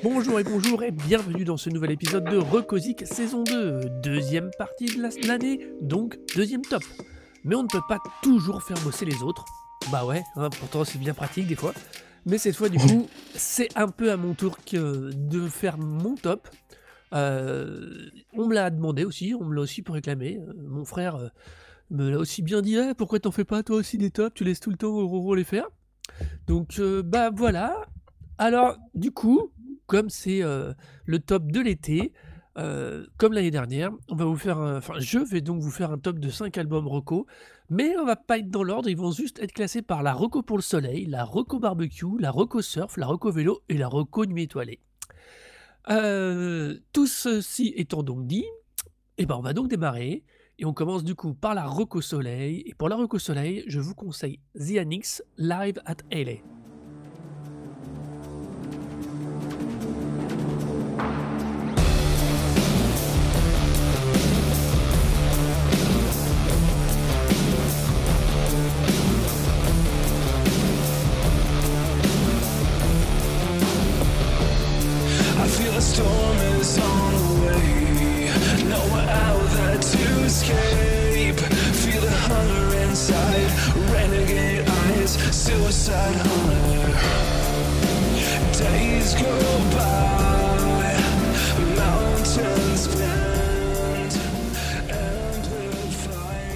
Bonjour et bienvenue dans ce nouvel épisode de Recosic saison 2, deuxième partie de l'année, donc deuxième top. Mais on ne peut pas toujours faire bosser les autres. Bah ouais, pourtant c'est bien pratique des fois. Mais cette fois du coup, c'est un peu à mon tour de faire mon top. On me l'a demandé aussi, on me l'a aussi réclamé. Mon frère me l'a aussi bien dit, ah, pourquoi t'en fais pas toi aussi des tops, tu laisses tout le temps Roro les faire. Donc bah voilà. Alors du coup, comme c'est le top de l'été, comme l'année dernière, on va vous faire je vais donc vous faire un top de 5 albums reco, mais on va pas être dans l'ordre, ils vont juste être classés par la reco pour le soleil, la reco barbecue, la reco surf, la reco vélo et la reco nuit étoilée. Tout ceci étant donc dit, et ben on va donc démarrer et on commence du coup par la reco soleil, et pour la reco soleil, je vous conseille The Annex Live at LA. I feel a storm is on the way. Nowhere out there to escape. Feel the hunger inside. Renegade eyes, suicide hunger. Days go by. Mountains bend. Amplified.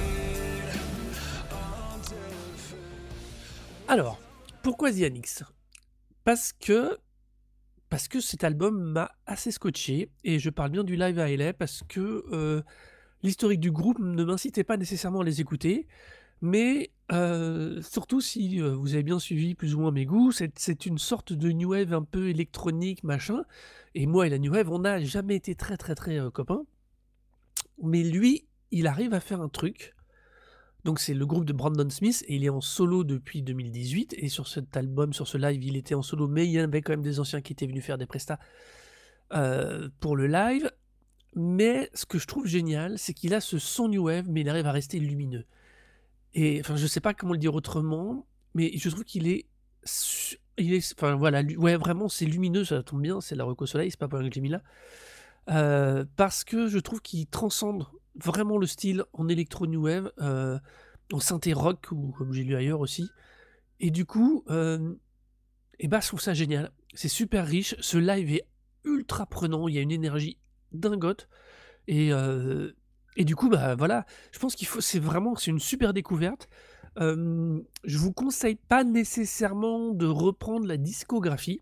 Alors, pourquoi The Annex ? Parce que cet album m'a assez scotché, et je parle bien du live à LA parce que l'historique du groupe ne m'incitait pas nécessairement à les écouter, mais surtout si vous avez bien suivi plus ou moins mes goûts, c'est une sorte de new wave un peu électronique, machin, et moi et la new wave, on n'a jamais été très copains, mais lui, il arrive à faire un truc. Donc c'est le groupe de Brandon Smith et il est en solo depuis 2018, et sur cet album, sur ce live, il était en solo, mais il y avait quand même des anciens qui étaient venus faire des prestats pour le live. Mais ce que je trouve génial, c'est qu'il a ce son new wave, mais il arrive à rester lumineux. Et enfin, je sais pas comment le dire autrement, mais je trouve qu'il est enfin voilà, ouais, vraiment c'est lumineux, ça tombe bien, c'est la reco soleil, c'est pas pour rien que je l'ai mis là. Parce que je trouve qu'il transcende vraiment le style en électro new wave, en synthé rock, ou comme j'ai lu ailleurs aussi, et du coup, et bah, je trouve ça génial. C'est super riche, ce live est ultra prenant, il y a une énergie dingote, et du coup, bah, voilà, je pense qu'il faut c'est une super découverte. Je vous conseille pas nécessairement de reprendre la discographie,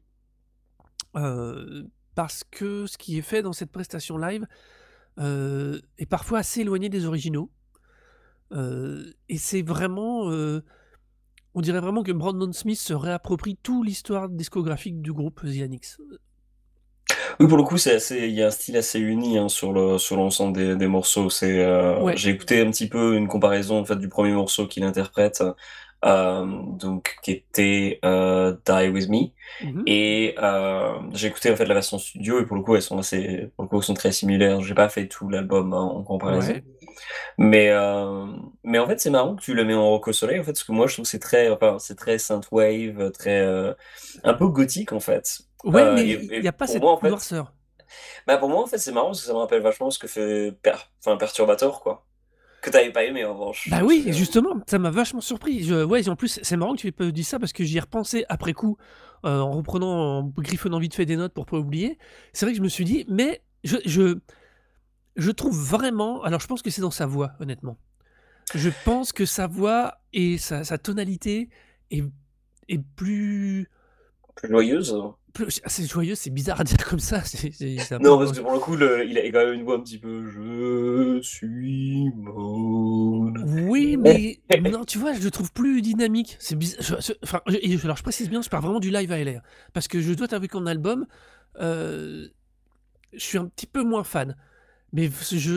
parce que ce qui est fait dans cette prestation live est parfois assez éloigné des originaux. Et c'est vraiment, on dirait vraiment que Brandon Smith se réapproprie tout l'histoire discographique du groupe The Annex. Oui, pour le coup, il y a un style assez uni hein, sur l'ensemble des morceaux. Ouais. J'ai écouté un petit peu une comparaison en fait du premier morceau qu'il interprète, donc qui était Die With Me, Mmh. et j'ai écouté en fait la version studio et pour le coup, elles sont très similaires. J'ai pas fait tout l'album hein, en comparaison, Ouais. mais mais en fait, c'est marrant que tu le mets en rock au soleil en fait, parce que moi, je trouve que c'est très synthwave, très un peu gothique en fait. Ouais, mais il y Et a pas pour cette moi, en fait, noirceur. pour moi, en fait, c'est marrant parce que ça me rappelle vachement ce que fait Perturbator, quoi. Que t'avais pas aimé, en revanche, je Bah me oui, souviens. justement, ça m'a vachement surpris. Ouais, en plus, c'est marrant que tu aies pas dit ça parce que j'y ai repensé après coup, en reprenant, en griffonnant vite fait des notes pour pas oublier. C'est vrai que je me suis dit, mais je trouve vraiment, alors je pense que c'est dans sa voix, honnêtement. Je pense que sa voix et sa tonalité est plus Plus joyeuse. c'est joyeux, c'est bizarre à dire comme ça, c'est un peu Non, parce que pour le coup, il a quand même une voix un petit peu Je suis Maud. oui, mais non, tu vois, je le trouve plus dynamique. C'est bizarre. Enfin, alors je précise bien, je parle vraiment du live à LR. Parce que je dois t'avouer qu'en album, je suis un petit peu moins fan. Mais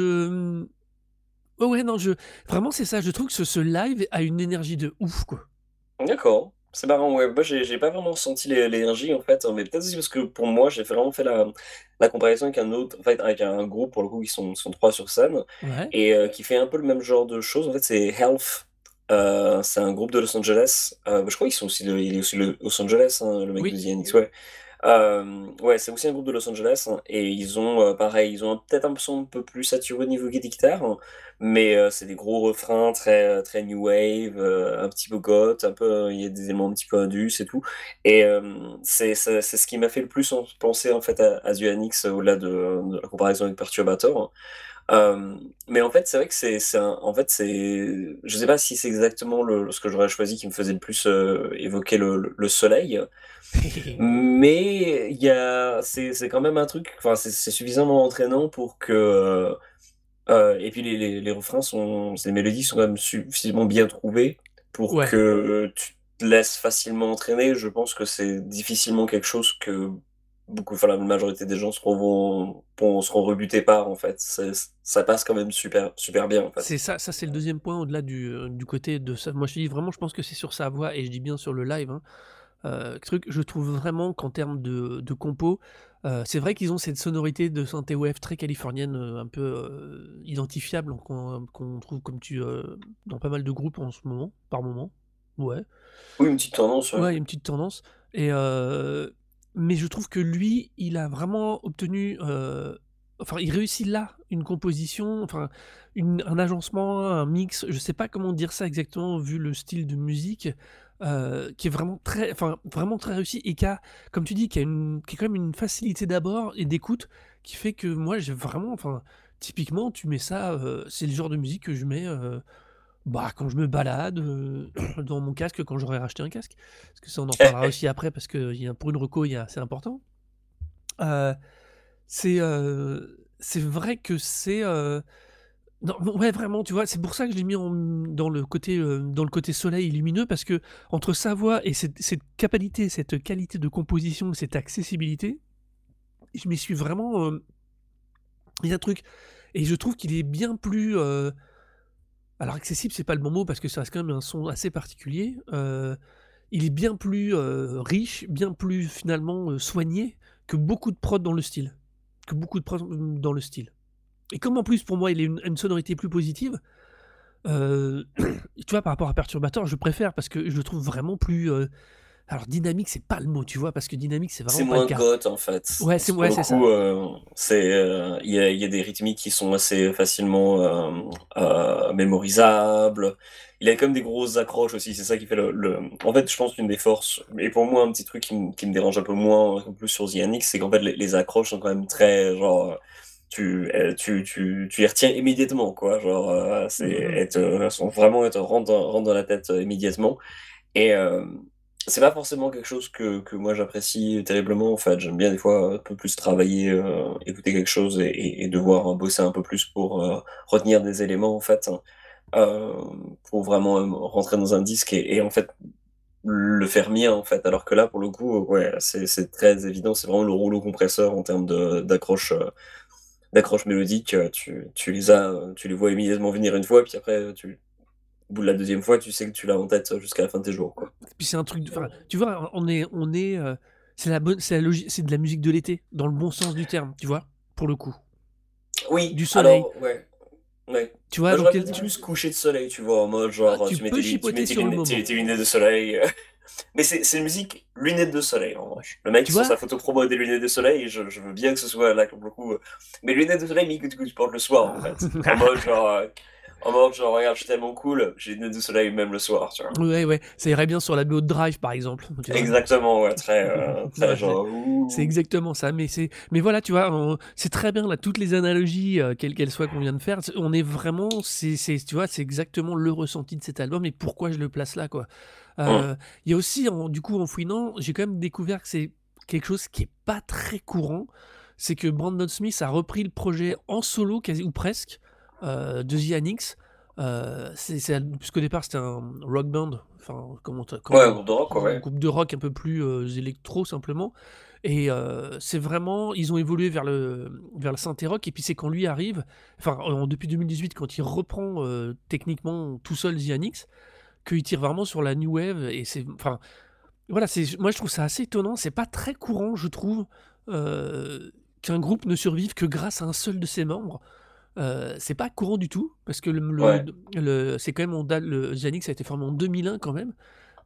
oh ouais, non, vraiment, c'est ça. Je trouve que ce live a une énergie de ouf, quoi. D'accord. C'est marrant, ouais. Moi, j'ai pas vraiment senti l'énergie, en fait. Mais peut-être aussi parce que pour moi, j'ai vraiment fait la comparaison avec un autre, en fait, avec un groupe, pour le coup, sont trois sur scène, Ouais. et qui fait un peu le même genre de choses. En fait, c'est Health. C'est un groupe de Los Angeles. Je crois qu'ils sont aussi il est aussi Los Angeles, hein, le mec de Oui. The Annex, ouais. Ouais, c'est aussi un groupe de Los Angeles, hein, et ils ont, pareil, ils ont peut-être un son un peu plus saturé au niveau guitare, hein, mais c'est des gros refrains très new wave, un petit peu goth, un peu il y a des éléments un petit peu indus et tout, et c'est ce qui m'a fait le plus penser, en fait, à The Anix, au-delà de la comparaison avec Perturbator. Mais en fait, c'est vrai que c'est un en fait, je sais pas si c'est exactement ce que j'aurais choisi qui me faisait le plus, évoquer le soleil, mais il y a c'est quand même un truc, enfin, c'est suffisamment entraînant pour que, et puis les refrains les mélodies sont quand même suffisamment bien trouvées pour Ouais. que tu te laisses facilement entraîner. Je pense que c'est difficilement quelque chose que la majorité des gens seront rebutés par, en fait. Ça passe quand même super bien, en fait. C'est ça, c'est le deuxième point au-delà du côté de ça. Moi, je te dis vraiment, je pense que c'est sur sa voix et je dis bien sur le live, hein. Truc, je trouve vraiment qu'en termes de compos, c'est vrai qu'ils ont cette sonorité de synthé wave très californienne, un peu, identifiable qu'on trouve dans pas mal de groupes en ce moment, par moment. Ouais. Oui, une petite tendance, ouais. Ouais, il y a une petite tendance et mais je trouve que lui, il a vraiment obtenu, enfin, il réussit là une composition, enfin, un agencement, un mix, je sais pas comment dire ça exactement vu le style de musique, qui est vraiment très réussi et comme tu dis, qui a quand même une facilité d'abord et d'écoute qui fait que moi, j'ai vraiment enfin, typiquement, tu mets ça, c'est le genre de musique que je mets, bah, quand je me balade, dans mon casque, quand j'aurai racheté un casque. Parce que ça, on en reparlera aussi après parce qu'il y a pour une reco, il y a c'est important. Heu, c'est vrai que non, ouais, vraiment, tu vois? C'est pour ça que je l'ai mis dans le côté soleil et lumineux parce que entre sa voix et cette capacité, cette qualité de composition, cette accessibilité, je m'y suis vraiment, il y a un truc et je trouve qu'il est bien plus, alors accessible, c'est pas le bon mot parce que ça reste quand même un son assez particulier. Il est bien plus, riche, bien plus finalement, soigné que beaucoup de prods dans le style. Que beaucoup de prods, dans le style. Et comme en plus pour moi il a une sonorité plus positive, tu vois par rapport à Perturbator, je préfère parce que je le trouve vraiment plus, alors dynamique c'est pas le mot, tu vois? Parce que dynamique c'est C'est vraiment pas le moins cas. goth, en fait. Ouais, Parce que pour ouais, le c'est ça. coup, il y a des rythmiques qui sont assez facilement, mémorisables. Il a comme des grosses accroches aussi, c'est ça qui fait en fait, je pense qu'une des forces, et pour moi un petit truc qui me dérange un peu moins, un peu plus sur The Annex, c'est qu'en fait les accroches sont quand même très genre, tu les retiens immédiatement, quoi. Genre, Mmh mh. elles te rentrent dans la tête, immédiatement. Et c'est pas forcément quelque chose que moi j'apprécie terriblement, en fait. J'aime bien des fois un peu plus travailler, écouter quelque chose et devoir bosser un peu plus pour, retenir des éléments, en fait, heu, pour vraiment, rentrer dans un disque et en fait le faire mien, en fait. Alors que là, pour le coup, ouais, c'est très évident, c'est vraiment le rouleau compresseur en termes d'accroche mélodique, tu les vois immédiatement venir une fois, puis après, au bout de la deuxième fois, tu sais que tu l'as en tête jusqu'à la fin de tes jours, quoi. Puis c'est un truc de enfin, tu vois, c'est c'est de la musique de l'été, dans le bon sens du terme, tu vois? Pour le coup. Oui, Du soleil, alors ouais, ouais. tu vois? Moi, Donc j'aurais quel peut-être dit plus coucher de soleil, tu vois? En mode ah, genre, tu peux tu mets chipoter tes sur le lunettes moment. tes lunettes de soleil, mais c'est une musique lunettes de soleil, en revanche. Le mec Tu sur vois? sa photo promo a des lunettes de soleil et je veux bien que ce soit là, pour le coup, mais lunettes de soleil, mais que tu portes le soir, en fait. En mode genre: «Regarde, je suis tellement cool, j'ai des lunettes de soleil même le soir», tu vois? Ouais, ouais, ça irait bien sur la BO de Drive, par exemple, tu vois? Exactement, ouais, très Ouais, genre: c'est «Ouh». exactement ça, mais voilà, tu vois, c'est très bien là, toutes les analogies, quelles qu'elles soient qu'on vient de faire, on est vraiment tu vois, c'est exactement le ressenti de cet album et pourquoi je le place là, quoi. Mmh. Il y a aussi du coup, en fouinant, j'ai quand même découvert que c'est quelque chose qui est pas très courant, c'est que Brandon Smith a repris le projet en solo quasi ou presque, de The Annex. Puisqu'au départ c'était un rock band, enfin Ouais, comment un groupe de rock, quoi, un ouais. groupe de rock un peu plus, électro simplement et c'est vraiment ils ont évolué vers le synthé rock et puis c'est quand lui arrive, enfin depuis 2018 quand il reprend, techniquement tout seul The Annex, qu'il tire vraiment sur la new wave et c'est enfin voilà, moi je trouve ça assez étonnant, c'est pas très courant je trouve, qu'un groupe ne survive que grâce à un seul de ses membres. C'est pas courant du tout parce que Ouais. c'est quand même on date le Xanix a été formé en 2001 quand même.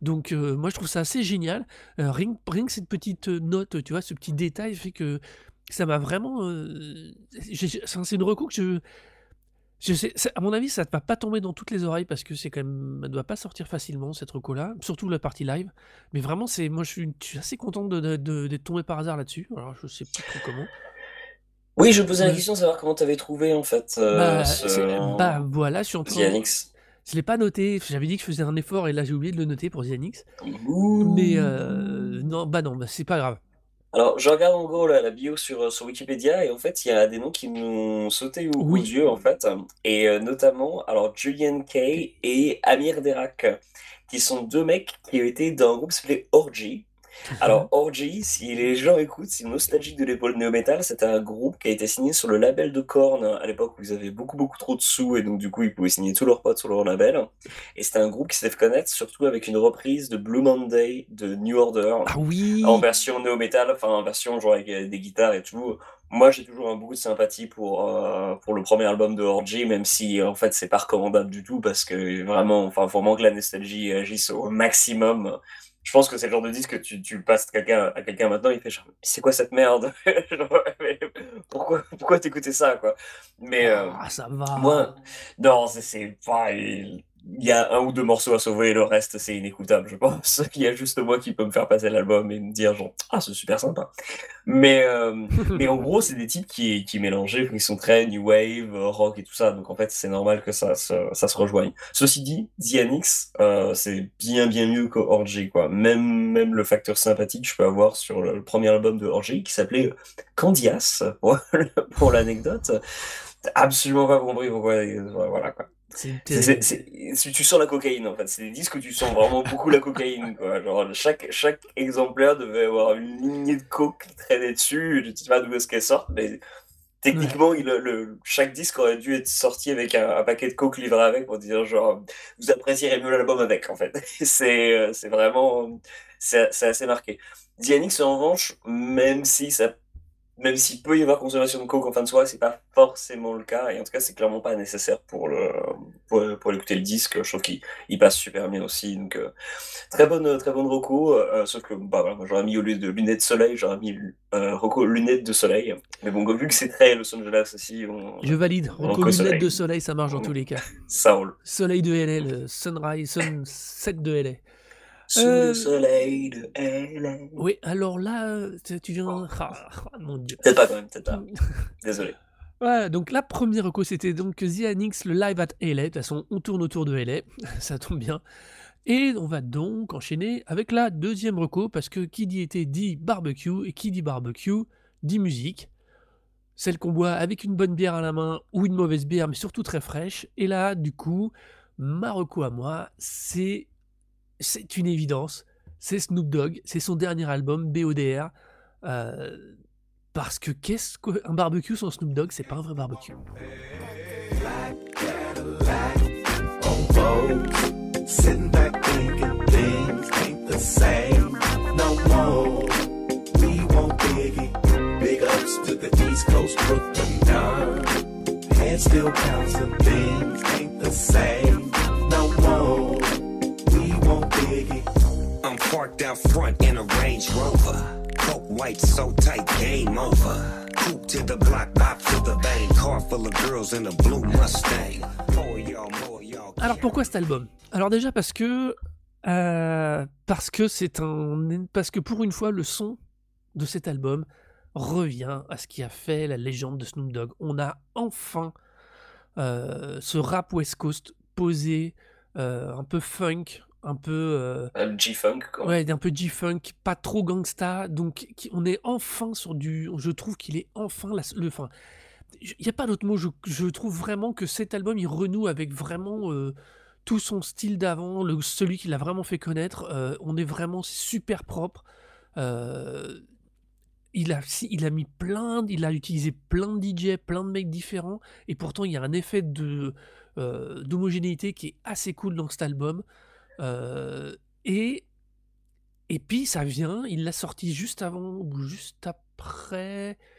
Donc moi je trouve ça assez génial. Rien que cette petite, note, tu vois? Ce petit détail fait que ça m'a vraiment, c'est une reco que je sais à mon avis ça ne va pas tomber dans toutes les oreilles parce que c'est quand même elle doit pas sortir facilement cette reco-là, surtout la partie live. Mais vraiment c'est moi je suis assez content d'être tombé par hasard là-dessus. Alors je sais pas trop comment. Oui, je posais la Mais question de savoir comment tu avais trouvé en fait, voilà, je suis en The train Anix. je l'ai pas noté, j'avais dit que je faisais un effort et là j'ai oublié de le noter pour Zianix. Mais Ouh. non, bah non, bah c'est pas grave. Alors, je regarde en gros la bio sur Wikipédia et en fait, il y a des noms qui m'ont sauté aux Oui. yeux en fait, et notamment alors Julian Kay et Amir Derak, qui sont deux mecs qui ont été dans un groupe qui s'appelait Orgy. Alors, Orgy, si les gens écoutent, c'est nostalgique de l'époque néo-metal, c'était un groupe qui a été signé sur le label de Korn à l'époque où ils avaient beaucoup beaucoup trop de sous et donc du coup ils pouvaient signer tous leurs potes sur leur label. Et c'était un groupe qui s'est fait connaître surtout avec une reprise de Blue Monday de New Order Ah en oui! version néo-metal, enfin en version genre avec des guitares et tout. Moi j'ai toujours un beaucoup de sympathie pour le premier album de Orgy, même si en fait c'est pas recommandable du tout parce que vraiment, enfin faut vraiment que la nostalgie agisse au maximum. Je pense que c'est le genre de disque que tu le passes à quelqu'un maintenant, il fait genre, c'est quoi cette merde? Genre, mais pourquoi t'écoutais ça, quoi? Mais Ah ça va! moi, non, c'est pas. Il y a un ou deux morceaux à sauver, le reste c'est inécoutable, je pense. Il y a juste moi qui peut me faire passer l'album et me dire genre, ah, c'est super sympa. Mais, mais en gros, c'est des types qui mélangeaient, qui sont très new wave, rock et tout ça. Donc en fait, c'est normal que ça se rejoigne. Ceci dit, Dianix, c'est bien mieux que Orgy, quoi. Même le facteur sympathique, je peux avoir sur le premier album de Orgy qui s'appelait Candias, pour l'anecdote. T'as absolument pas compris pourquoi. Voilà, quoi. Tu sens la cocaïne en fait. C'est des disques où tu sens vraiment beaucoup la cocaïne, quoi. Genre, chaque exemplaire devait avoir une lignée de coke qui traînait dessus. Je sais pas d'où est-ce qu'elle sort, mais Ouais. techniquement, chaque disque aurait dû être sorti avec un paquet de coke livré avec pour dire genre, vous apprécierez mieux l'album avec en fait. C'est vraiment, c'est assez marqué. Dianix en revanche, même s'il peut y avoir consommation de coke en fin de soirée, c'est pas forcément le cas, et en tout cas, c'est clairement pas nécessaire pour écouter le disque. Je trouve qu'il passe super bien aussi. Donc, très bonne reco, sauf que bah, voilà, moi, j'aurais mis au lieu de lunettes de soleil, j'aurais mis reco lunettes de soleil. Mais bon, vu que c'est très Los Angeles aussi, Je valide. on Reco co lunettes de soleil. soleil, ça marche dans tous les cas. Ça roule. Soleil de LA, sunset de LA. Sous le soleil de LA. Oui, alors là, tu viens mon Dieu. Peut-être pas quand même, peut-être pas. Désolé. Ouais, donc la première reco, c'était donc The Anix, le live at LA. De toute façon, on tourne autour de LA, ça tombe bien. Et on va donc enchaîner avec la deuxième reco, parce que qui dit été dit barbecue, et qui dit barbecue dit musique. Celle qu'on boit avec une bonne bière à la main, ou une mauvaise bière, mais surtout très fraîche. Et là, du coup, ma reco à moi, c'est une évidence. C'est Snoop Dogg, c'est son dernier album, BODR. Parce que qu'est-ce qu'un barbecue sans Snoop Dogg, c'est pas un vrai barbecue. Sitting back thinking things ain't the same no more. We won't Biggie. Big ups to the East Coast, Brooklyn done. Head still counts and things ain't the same no more. We won't Biggie. I'm parked out front in a Range Rover. Coke white so tight, game over. Coupe to the block, bop to the bang. Car full of girls in a blue Mustang. More y'all. Alors pourquoi cet album? Alors déjà parce que parce que pour une fois le son de cet album revient à ce qui a fait la légende de Snoop Dogg. On a enfin ce rap West Coast posé, un peu funk, un peu G-Funk, quoi. ouais, un peu G-funk, pas trop gangsta, donc on est enfin sur du. Je trouve qu'il est enfin enfin. Il n'y a pas d'autre mot. Je trouve vraiment que cet album il renoue avec vraiment tout son style d'avant, celui qui l'a vraiment fait connaître. On est vraiment super propre. Euh, il a mis il a utilisé plein de DJ, plein de mecs différents, et pourtant il y a un effet d'homogénéité qui est assez cool dans cet album. Euh, et puis ça vient, il l'a sorti juste avant ou juste après.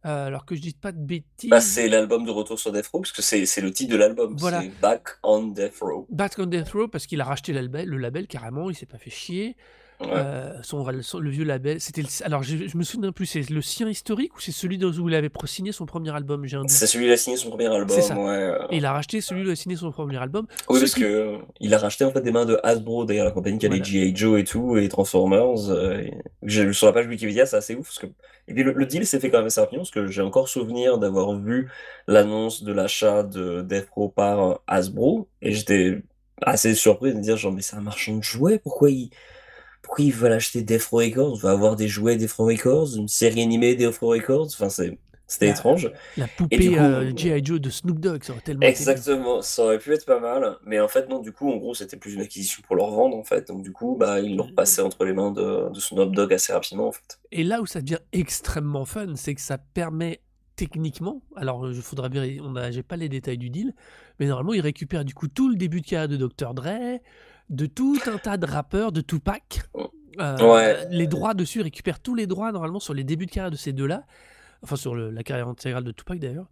Alors que je dise pas de Bah, bêtises. c'est l'album de Retour sur Death Row, parce que c'est le titre de l'album, Voilà, c'est Back on Death Row. Back on Death Row, parce qu'il a racheté le label carrément, il s'est pas fait chier. Ouais. Le vieux label, c'était alors je me souviens plus, c'est le sien historique ou c'est celui où il avait signé son premier album? J'ai un C'est doute. celui qui a signé son premier C'est album, ça. ouais. Et il a racheté celui où il a signé son premier album. Oui, Ce parce qui, que il a racheté en fait des mains de Hasbro, d'ailleurs, la compagnie qui a les voilà. G.I. Joe et tout, et Transformers. Sur la page Wikipédia, c'est assez ouf. Parce que... Et puis le deal s'est fait quand même assez rapidement, parce que j'ai encore souvenir d'avoir vu l'annonce de l'achat de Death Row par Hasbro, et j'étais assez surpris de me dire, genre, mais c'est un marchand de jouets, pourquoi ils veulent acheter Death Row Records? On va avoir des jouets Death Row Records, une série animée Death Row Records, enfin, c'était La, étrange. la Et du poupée coup, G.I. Joe de Snoop Dogg, ça aurait tellement été bien. exactement, ça aurait pu être pas mal, mais en fait non, du coup en gros c'était plus une acquisition pour leur vendre en fait, donc du coup bah ils l'ont repassé entre les mains de Snoop Dogg assez rapidement en fait. Et là où ça devient extrêmement fun, c'est que ça permet techniquement, alors il faudra vérifier, j'ai pas les détails du deal, mais normalement il récupère du coup tout le début de carrière de Dr. Dre, de tout un tas de rappeurs, de Tupac. Ouais, Les droits dessus, il récupère tous les droits normalement sur les débuts de carrière de ces deux-là, enfin sur la carrière intégrale de Tupac d'ailleurs.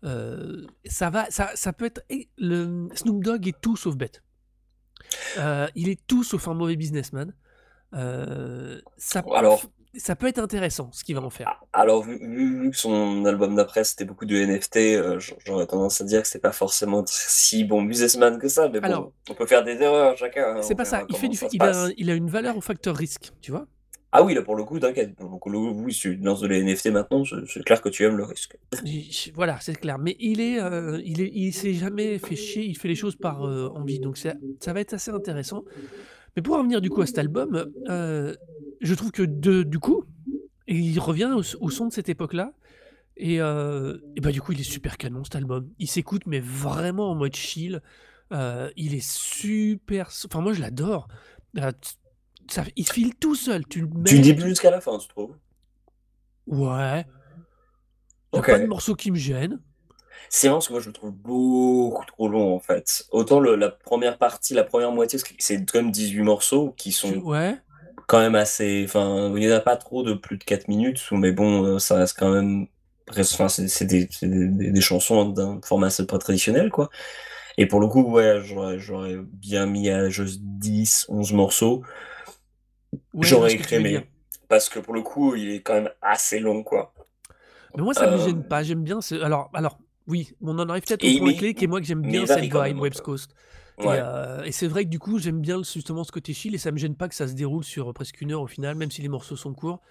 Ça peut être. Le Snoop Dogg est tout sauf bête. Il est tout sauf un mauvais businessman. Ça, alors, ça peut être intéressant ce qu'il va en faire. alors vu que son album d'après c'était beaucoup de NFT, j'aurais tendance à dire que c'est pas forcément si bon businessman que ça, mais Alors, bon, on peut faire des erreurs chacun, hein, c'est on pas ça. verra comment ça se passe. Il a une valeur au facteur risque, tu vois. Ah oui, là pour le coup, t'inquiète, pour le coup, oui, si tu lances de les NFT maintenant, c'est clair que tu aimes le risque. Voilà, c'est clair. Mais il s'est jamais fait chier. Il fait les choses par envie. Donc ça va être assez intéressant. Mais pour en venir du coup à cet album, je trouve que du coup, il revient au son de cette époque-là. Et bah du coup, il est super canon cet album. Il s'écoute, mais vraiment en mode chill. Il est super. Enfin, moi, je l'adore. Il file tout seul. Tu le Du mets. début jusqu'à la fin, tu trouves? Ouais. Il n'y a Ok. pas de morceau qui me gêne. C'est marrant parce que moi je le trouve beaucoup trop long en fait. Autant la première partie, la première moitié, parce que c'est quand même 18 morceaux qui sont Ouais. quand même assez. Enfin, il n'y en a pas trop de plus de 4 minutes, mais bon, ça reste quand même. Enfin, c'est des chansons d'un format assez pas traditionnel quoi. Et pour le coup, ouais, j'aurais bien mis à juste 10, 11 morceaux. Ouais, je vois J'aurais ce que tu veux dire. écrémé. Parce que pour le coup, il est quand même assez long quoi. Mais moi, ça me Euh, gêne pas. J'aime bien. Alors, oui, on en arrive peut-être au et, point mais, clé qui est moi que j'aime mais bien il cette varie quand vibe même un West peu. Coast. Ouais. Et c'est vrai que du coup, j'aime bien justement ce côté chill et ça me gêne pas que ça se déroule sur presque 1 heure au final, même si les morceaux sont courts.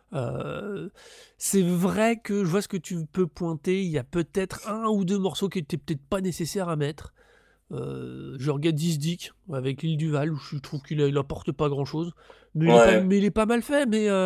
C'est vrai que je vois ce que tu peux pointer. Il y a peut-être 1 ou 2 morceaux qui étaient peut-être pas nécessaires à mettre. Genre Get This Dick avec l'île du Val, où je trouve il apporte pas grand-chose. Ouais. Mais il est pas mal fait.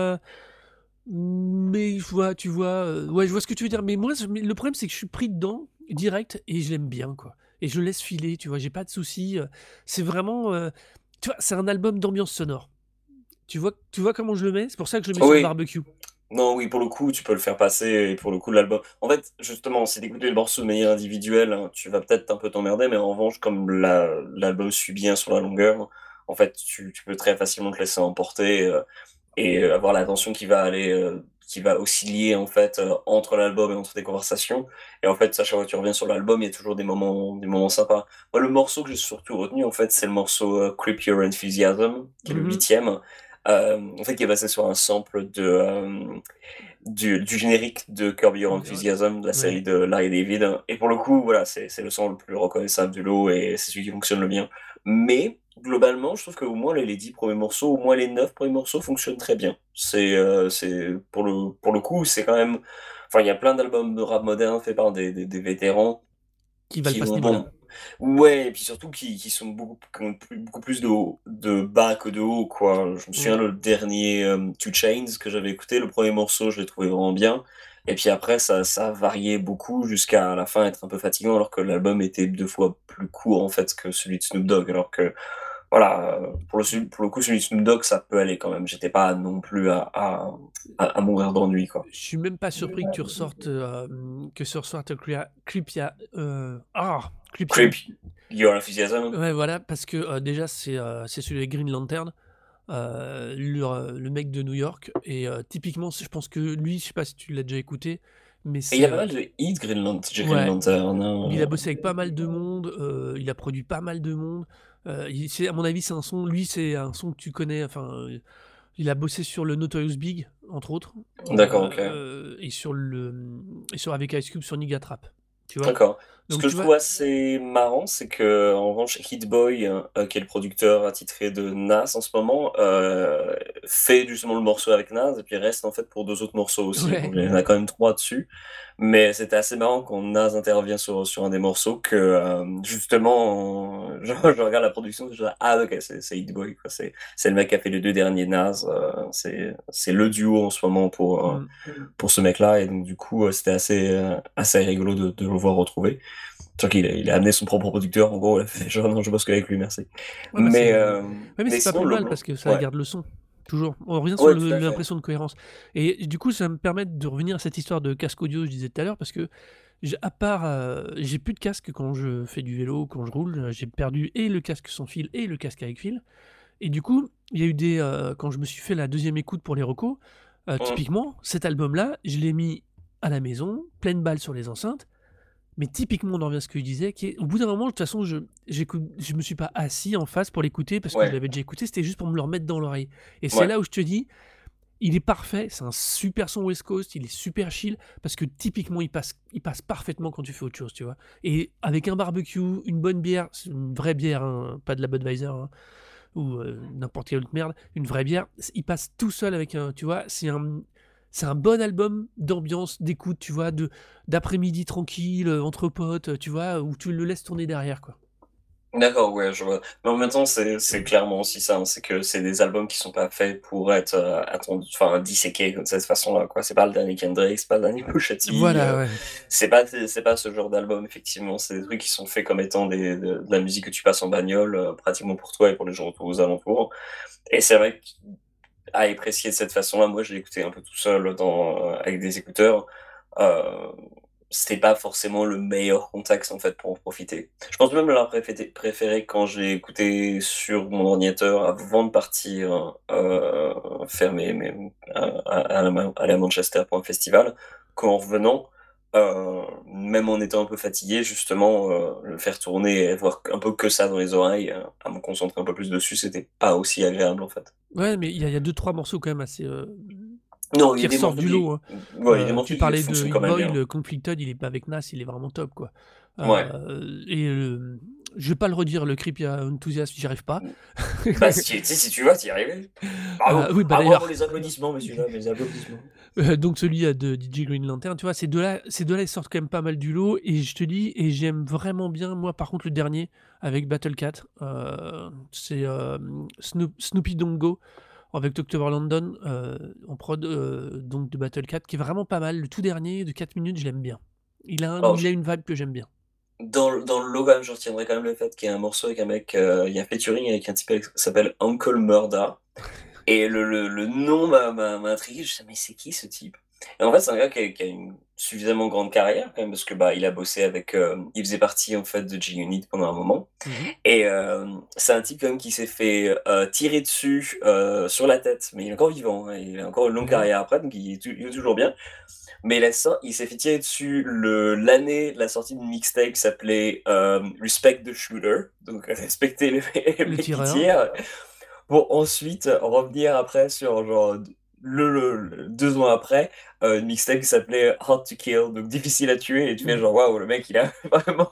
Mais tu vois, ouais, je vois ce que tu veux dire. Mais moi, le problème, c'est que je suis pris dedans direct et je l'aime bien, quoi. Et je le laisse filer, tu vois. J'ai pas de soucis. C'est vraiment, tu vois, c'est un album d'ambiance sonore. Tu vois comment je le mets? C'est pour ça que je le mets sur le Oui. barbecue. Non, oui, pour le coup, tu peux le faire passer, et pour le coup, l'album. En fait, justement, si t'écoutes les morceaux de manière individuelle, hein, tu vas peut-être un peu t'emmerder, mais en revanche, comme l'album suit bien sur la longueur, en fait, tu peux très facilement te laisser emporter et avoir l'attention qui va osciller, en fait, entre l'album et entre tes conversations. Et en fait, à chaque fois que tu reviens sur l'album, il y a toujours des moments sympas. Moi, le morceau que j'ai surtout retenu, en fait, c'est le morceau Creep Your Enthusiasm, qui est le Mhm. 8e. En fait, qui est basé sur un sample du générique de Curb Your Enthusiasm, de la série Ouais. de Larry David. Et pour le coup, voilà, c'est le son le plus reconnaissable du lot et c'est celui qui fonctionne le bien. Mais globalement, je trouve qu'au moins les 10 premiers morceaux, au moins les 9 premiers morceaux fonctionnent très bien. Pour le coup, c'est quand même. Enfin, il y a plein d'albums de rap moderne faits par des vétérans Qui valent qui pas ce vont niveau-là. bon. Ouais, et puis surtout qui sont beaucoup plus de bas que de haut, quoi. Je me souviens Mm. le dernier Two Chainz que j'avais écouté, le premier morceau, je l'ai trouvé vraiment bien. Et puis après, ça a varié beaucoup jusqu'à la fin être un peu fatigant, alors que l'album était 2 fois plus court en fait que celui de Snoop Dogg. Alors que voilà, pour le coup, celui de Snoop Dogg, ça peut aller quand même. J'étais pas non plus à mourir d'ennui, quoi. Je suis même pas surpris que tu ressortes, que ce ressorte Creepia. Creepia. Creep Your Enthusiasm. Ouais, voilà, parce que déjà, c'est celui avec Green Lantern, le mec de New York. Et typiquement, je pense que lui, je sais pas si tu l'as déjà écouté, mais Et il y c'est, a pas mal de hits Green ouais, Lantern, il a hein. bossé avec pas mal de monde, il a produit pas mal de monde, il c'est à mon avis, c'est un son que tu connais, enfin, il a bossé sur le Notorious Big, entre autres, D'accord, OK. et et sur avec Ice Cube sur Nigga Trap, tu vois? D'accord. Ce Donc que je tu vois? trouve assez marrant, c'est que en revanche, Hit Boy, qui est le producteur attitré de Nas en ce moment, fait justement le morceau avec Nas et puis reste en fait pour 2 autres morceaux aussi. Donc Ouais, il y en a quand même 3 dessus. Mais c'était assez marrant quand Nas intervient sur un des morceaux que, justement, je regarde la production, je dis: «Ah OK, c'est Hit Boy, quoi. C'est le mec qui a fait les 2 derniers Nas, c'est le duo en ce moment mmh. pour ce mec-là», et donc du coup, c'était assez rigolo de le voir retrouver. Surtout qu'il a amené son propre producteur, en gros, il a fait genre: «Non, je bosse qu'avec lui, merci». Ouais, bah, Mais, ouais, mais mais c'est pas sinon plus le mal blanc, parce que ça ouais, garde le son, toujours. On revient sur ouais, tout à fait. l'impression de cohérence et du coup, ça me permet de revenir à cette histoire de casque audio, je disais tout à l'heure, parce que à part, j'ai plus de casque quand je fais du vélo, quand je roule, j'ai perdu et le casque sans fil et le casque avec fil et du coup, il y a eu quand je me suis fait la deuxième écoute pour les recos, Mmh. typiquement, cet album-là, je l'ai mis à la maison, pleine balle sur les enceintes, mais typiquement, on en revient à ce que je disais, qui est au bout d'un moment, de toute façon, je me suis pas assis en face pour l'écouter parce que je Ouais, l'avais déjà écouté, c'était juste pour me le remettre dans l'oreille et c'est ouais. là où je te dis, il est parfait, c'est un super son West Coast, il est super chill parce que typiquement il passe parfaitement quand tu fais autre chose, tu vois? Et avec un barbecue, une bonne bière, c'est une vraie bière, hein, pas de la Budweiser, hein, ou n'importe quelle autre merde, une vraie bière, il passe tout seul avec un, tu vois? C'est un bon album d'ambiance, d'écoute, tu vois? D'après-midi tranquille, entre potes, tu vois? Où tu le laisses tourner derrière, quoi. D'accord, ouais, je vois. Mais en même temps, c'est clairement aussi ça, hein, c'est que c'est des albums qui sont pas faits pour être, attendus, enfin, disséqués de cette façon-là, quoi. C'est pas le dernier Kendrick, c'est pas le dernier Pusha T, Voilà, ouais. c'est pas ce genre d'album, effectivement. C'est des trucs qui sont faits comme étant de la musique que tu passes en bagnole, pratiquement pour toi et pour les gens aux alentours. Et c'est vrai qu'à apprécier de cette façon-là, moi, je l'ai écouté un peu tout seul avec des écouteurs. Heu, C'était pas forcément le meilleur contexte, en fait, pour en profiter. Je pense même l'avoir préféré quand j'ai écouté sur mon ordinateur avant de partir, faire aller à Manchester pour un festival, qu'en revenant, même en étant un peu fatigué, justement, le faire tourner et avoir un peu que ça dans les oreilles, à me concentrer un peu plus dessus, c'était pas aussi agréable, en fait. Ouais, mais il y a 2-3 morceaux quand même assez, Non, il y qui a des ressortent morceaux du lot, qui hein. ouais, il y a des morceaux Tu qui parlais de fonctionnent quand Hit même Boy, bien. le Conflicted, il est pas avec Nas, il est vraiment top, quoi. Ouais. Et je vais pas le redire, le Creep Enthusiast, j'y arrive pas. Bah, si tu sais, si tu vas, tu y arriver. Bravo. Oui, bah, Ah, bravo d'ailleurs, les applaudissements, messieurs, dames, les applaudissements. donc celui, de DJ Green Lantern, tu vois? Ces deux-là, ils sortent quand même pas mal du lot et je te dis et j'aime vraiment bien, moi, par contre, le dernier avec Battle Cat, c'est, Snoopy Don't Go avec October London, en prod, donc de Battle Cat, qui est vraiment pas mal. Le tout dernier de 4 minutes, je l'aime bien. Alors, Il a une vibe que j'aime bien. dans le lot, quand même, je retiendrai quand même le fait qu'il y a un morceau avec un mec, il y a un featuring avec un type qui s'appelle Uncle Murda. Et le nom m'a intrigué. Je me suis «Mais c'est qui ce type?» Et en fait, c'est un gars qui a une suffisamment grande carrière quand même parce que, bah, il a bossé avec, il faisait partie en fait de G-Unit pendant un moment Mmh. et c'est un type quand même qui s'est fait, tirer dessus, sur la tête, mais il est encore vivant, hein, il a encore une longue Ouais. carrière après, donc il est toujours bien. Mais il s'est fait tirer dessus l'année de la sortie d'une mixtape qui s'appelait, Respect the Shooter, donc respecter les Le mecs qui tireur. tirent. Pour ensuite revenir après sur genre le 2 ans après, une mixtape qui s'appelait Hard to Kill, donc difficile à tuer et tu fais Mmh. genre: «Waouh, le mec il a vraiment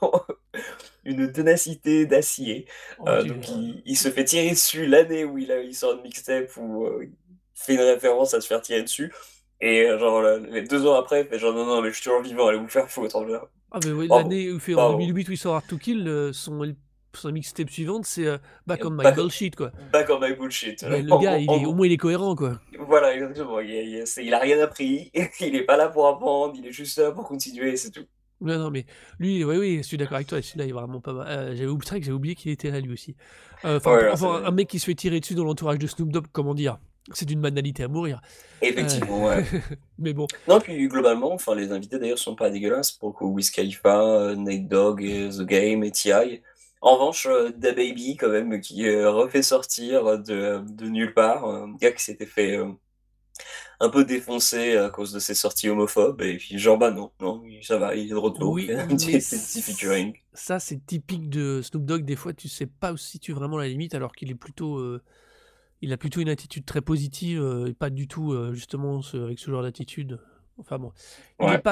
une ténacité d'acier». Oh, Donc il se fait tirer dessus l'année où il sort une mixtape où, il fait une référence à se faire tirer dessus et genre les 2 ans après, il fait genre: «Non, non, mais je suis toujours vivant, allez vous faire foutre», genre. Ah mais oui, Bravo, l'année où il fait en bravo. 2008 où il sort Hard to Kill, son mixtape suivante, c'est, Back on My Back Bullshit, quoi. back on my bullshit. Mais le gars, En il en est au gros. moins il est cohérent, quoi. Voilà, exactement. Il a rien appris, il est pas là pour apprendre, il est juste là pour continuer, c'est tout. Non, non, mais lui, oui, oui, je suis d'accord avec toi, celui-là est vraiment pas mal. C'est vrai que j'avais oublié qu'il était là, lui aussi. Ouais, là, Enfin, un c'est mec qui se fait tirer dessus dans l'entourage de Snoop Dogg, comment dire? C'est d'une banalité à mourir. Heu, effectivement, ouais. mais bon, Non, puis globalement, enfin, les invités d'ailleurs sont pas dégueulasses pour le coup. Wiz Khalifa, Nate Dogg et The Game et T.I. En revanche, DaBaby quand même qui, refait sortir de nulle part, un gars qui s'était fait, un peu défoncé à cause de ses sorties homophobes et puis genre, bah, non, non, ça va, il est de retour, il Oui, fait un mais petit featuring. ça, c'est typique de Snoop Dogg. Des fois, tu sais pas où se situe vraiment la limite, alors qu'il est plutôt, il a plutôt une attitude très positive, et pas du tout, justement, avec ce genre d'attitude. Enfin bon, Ouais.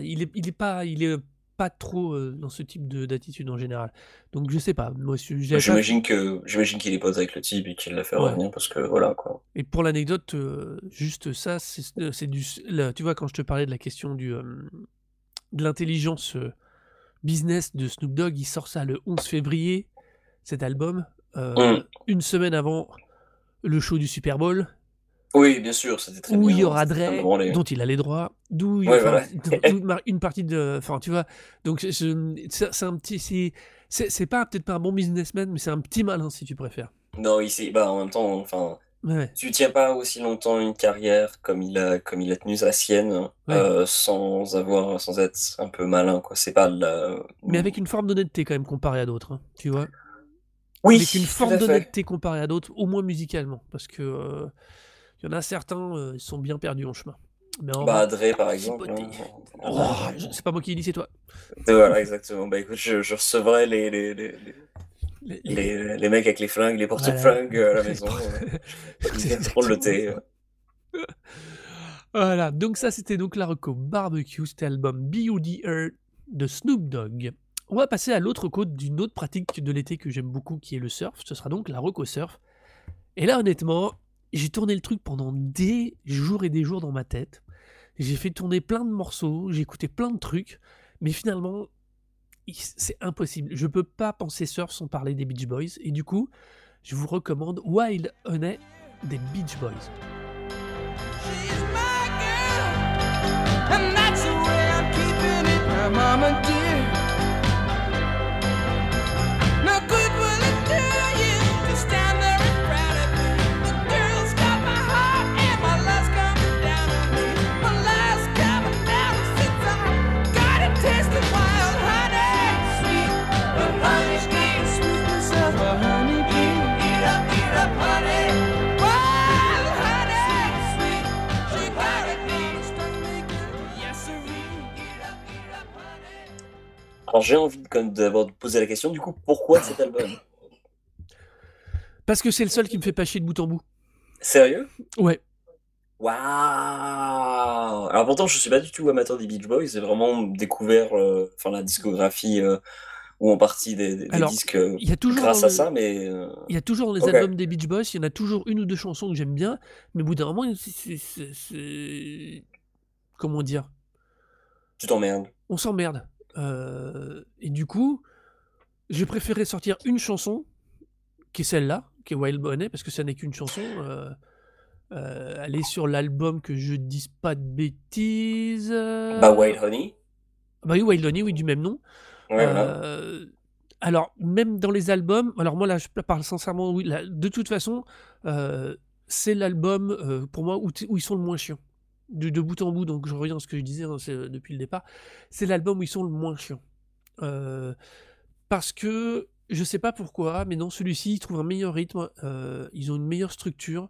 il est pas trop, dans ce type d'attitude en général. Donc je sais pas, moi Bah, j'avais pas f j'imagine qu'il est pote avec le type et qu'il l'a fait ouais. revenir parce que voilà, quoi. Et pour l'anecdote, juste ça, c'est du s là, tu vois, quand je te parlais de la question de l'intelligence, business de Snoop Dogg, il sort ça le 11 février, cet album, Mmh. 1 semaine avant le show du Super Bowl, Oui, bien sûr, c'était très où il y bien, aura c'était très bien Dre, branlé. dont il a les droits, d'où il Ouais, enfin, voilà. d'où une partie de enfin, tu vois? Donc c'est un petit c'est pas peut-être pas un bon businessman, mais c'est un petit malin, si tu préfères. Non, ici, bah, en même temps, enfin, Ouais, ouais, tu tiens pas aussi longtemps une carrière comme il a tenu la sienne, ouais. sans être un peu malin, quoi. C'est pas de la Mais avec une forme d'honnêteté quand même comparé à d'autres, hein, tu vois? Avec une oui, tout forme à fait. d'honnêteté comparé à d'autres, au moins musicalement, parce que, il y en a certains, ils sont bien perdus en chemin. Mais on va Bah, Dre, par pas exemple, chipoter. hein, Oh, c'est pas moi qui l'ai dit, c'est toi. voilà, exactement. Bah, écoute, je recevrai Les les mecs avec les flingues, les voilà. porte-flingues, à la maison, ils C'est viennent prendre le exactement thé, ça. Voilà, donc ça, c'était donc la reco barbecue, c'était l'album B.O.D.R. de Snoop Dogg. On va passer à l'autre côte d'une autre pratique de l'été que j'aime beaucoup, qui est le surf. Ce sera donc la reco surf. Et là, honnêtement, j'ai tourné le truc pendant des jours et des jours dans ma tête. J'ai fait tourner plein de morceaux, j'ai écouté plein de trucs, mais finalement, c'est impossible. Je peux pas penser surf sans parler des Beach Boys. Et du coup, je vous recommande Wild Honey des Beach Boys. She's my girl, and that's the way I'm keeping it, my mama dear. No good will it do you to stand there and frown at me. The girl's got my heart and my love's coming down on me. My love's coming down since I got a taste of wild honey. Sweet, the honey sweet sweetness of a honeybee. Eat up, honey. Wild honey, sweet, she got it on the stomach. Yes, sirree. Eat up, honey. Alors j'ai envie d'abord de poser la question, du coup, pourquoi cet album? Parce que c'est le seul qui me fait pas chier de bout en bout. Sérieux? Ouais. Waouh! Alors pourtant, je suis pas du tout amateur des Beach Boys, j'ai vraiment découvert, enfin la discographie, ou en partie des Alors, disques, il y a toujours dans grâce à le ça, mais il y a toujours dans les OK, albums des Beach Boys, il y en a toujours une ou 2 chansons que j'aime bien, mais au bout d'un moment, c'est comment dire? tu t'emmerdes. On s'emmerde. Et du coup, j'ai préféré sortir une chanson, qui est celle-là, qui est Wild Honey, parce que ça n'est qu'une chanson, elle est sur l'album, que je dise pas de bêtises, Bah, Wild Honey, bah oui, Wild Honey, oui, du même nom. ouais, voilà. Alors, même dans les albums, alors moi là, je parle sincèrement, oui, là, de toute façon, c'est l'album, pour moi, où ils sont le moins chiants. De bout en bout, donc je reviens à ce que je disais, hein, depuis le départ, c'est l'album où ils sont le moins chiants. Heu, Parce que, je sais pas pourquoi, mais dans celui-ci, ils trouvent un meilleur rythme, ils ont une meilleure structure.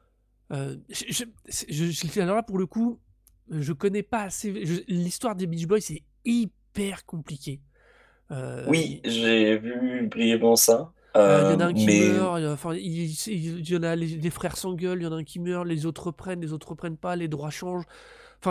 Alors là, pour le coup, je connais pas assez l'histoire des Beach Boys, c'est hyper compliqué. Oui, j'ai vu brièvement ça, Il y en a un qui mais meurt, enfin, il y en a les frères s'engueulent, il y en a un qui meurt, les autres reprennent pas, les droits changent. Enfin,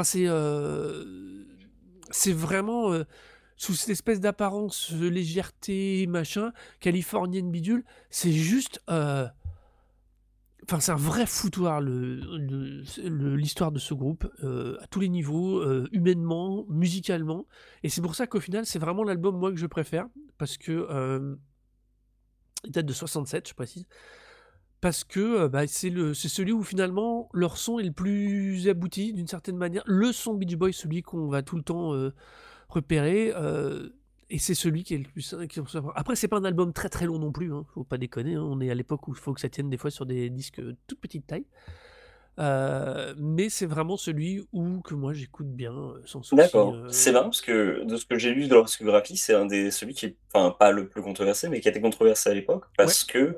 c'est vraiment, sous cette espèce d'apparence, légèreté, machin, californienne bidule, c'est juste, enfin, c'est un vrai foutoir l'histoire de ce groupe, à tous les niveaux, humainement, musicalement, et c'est pour ça qu'au final, c'est vraiment l'album, moi, que je préfère, parce que, il date de 67, je précise. Parce que, bah, c'est celui où finalement leur son est le plus abouti d'une certaine manière. Le son Beach Boys, celui qu'on va tout le temps, repérer, et c'est celui qui est le plus après, c'est pas un album très, très long non plus, hein, faut pas déconner, hein. On est à l'époque où il faut que ça tienne des fois sur des disques, toute petite taille. Mais c'est vraiment celui que moi j'écoute bien, sans souci, d'accord. C'est marrant parce que de ce que j'ai lu de leur discographie, c'est celui qui est enfin, pas le plus controversé, mais qui a été controversé à l'époque ouais. parce que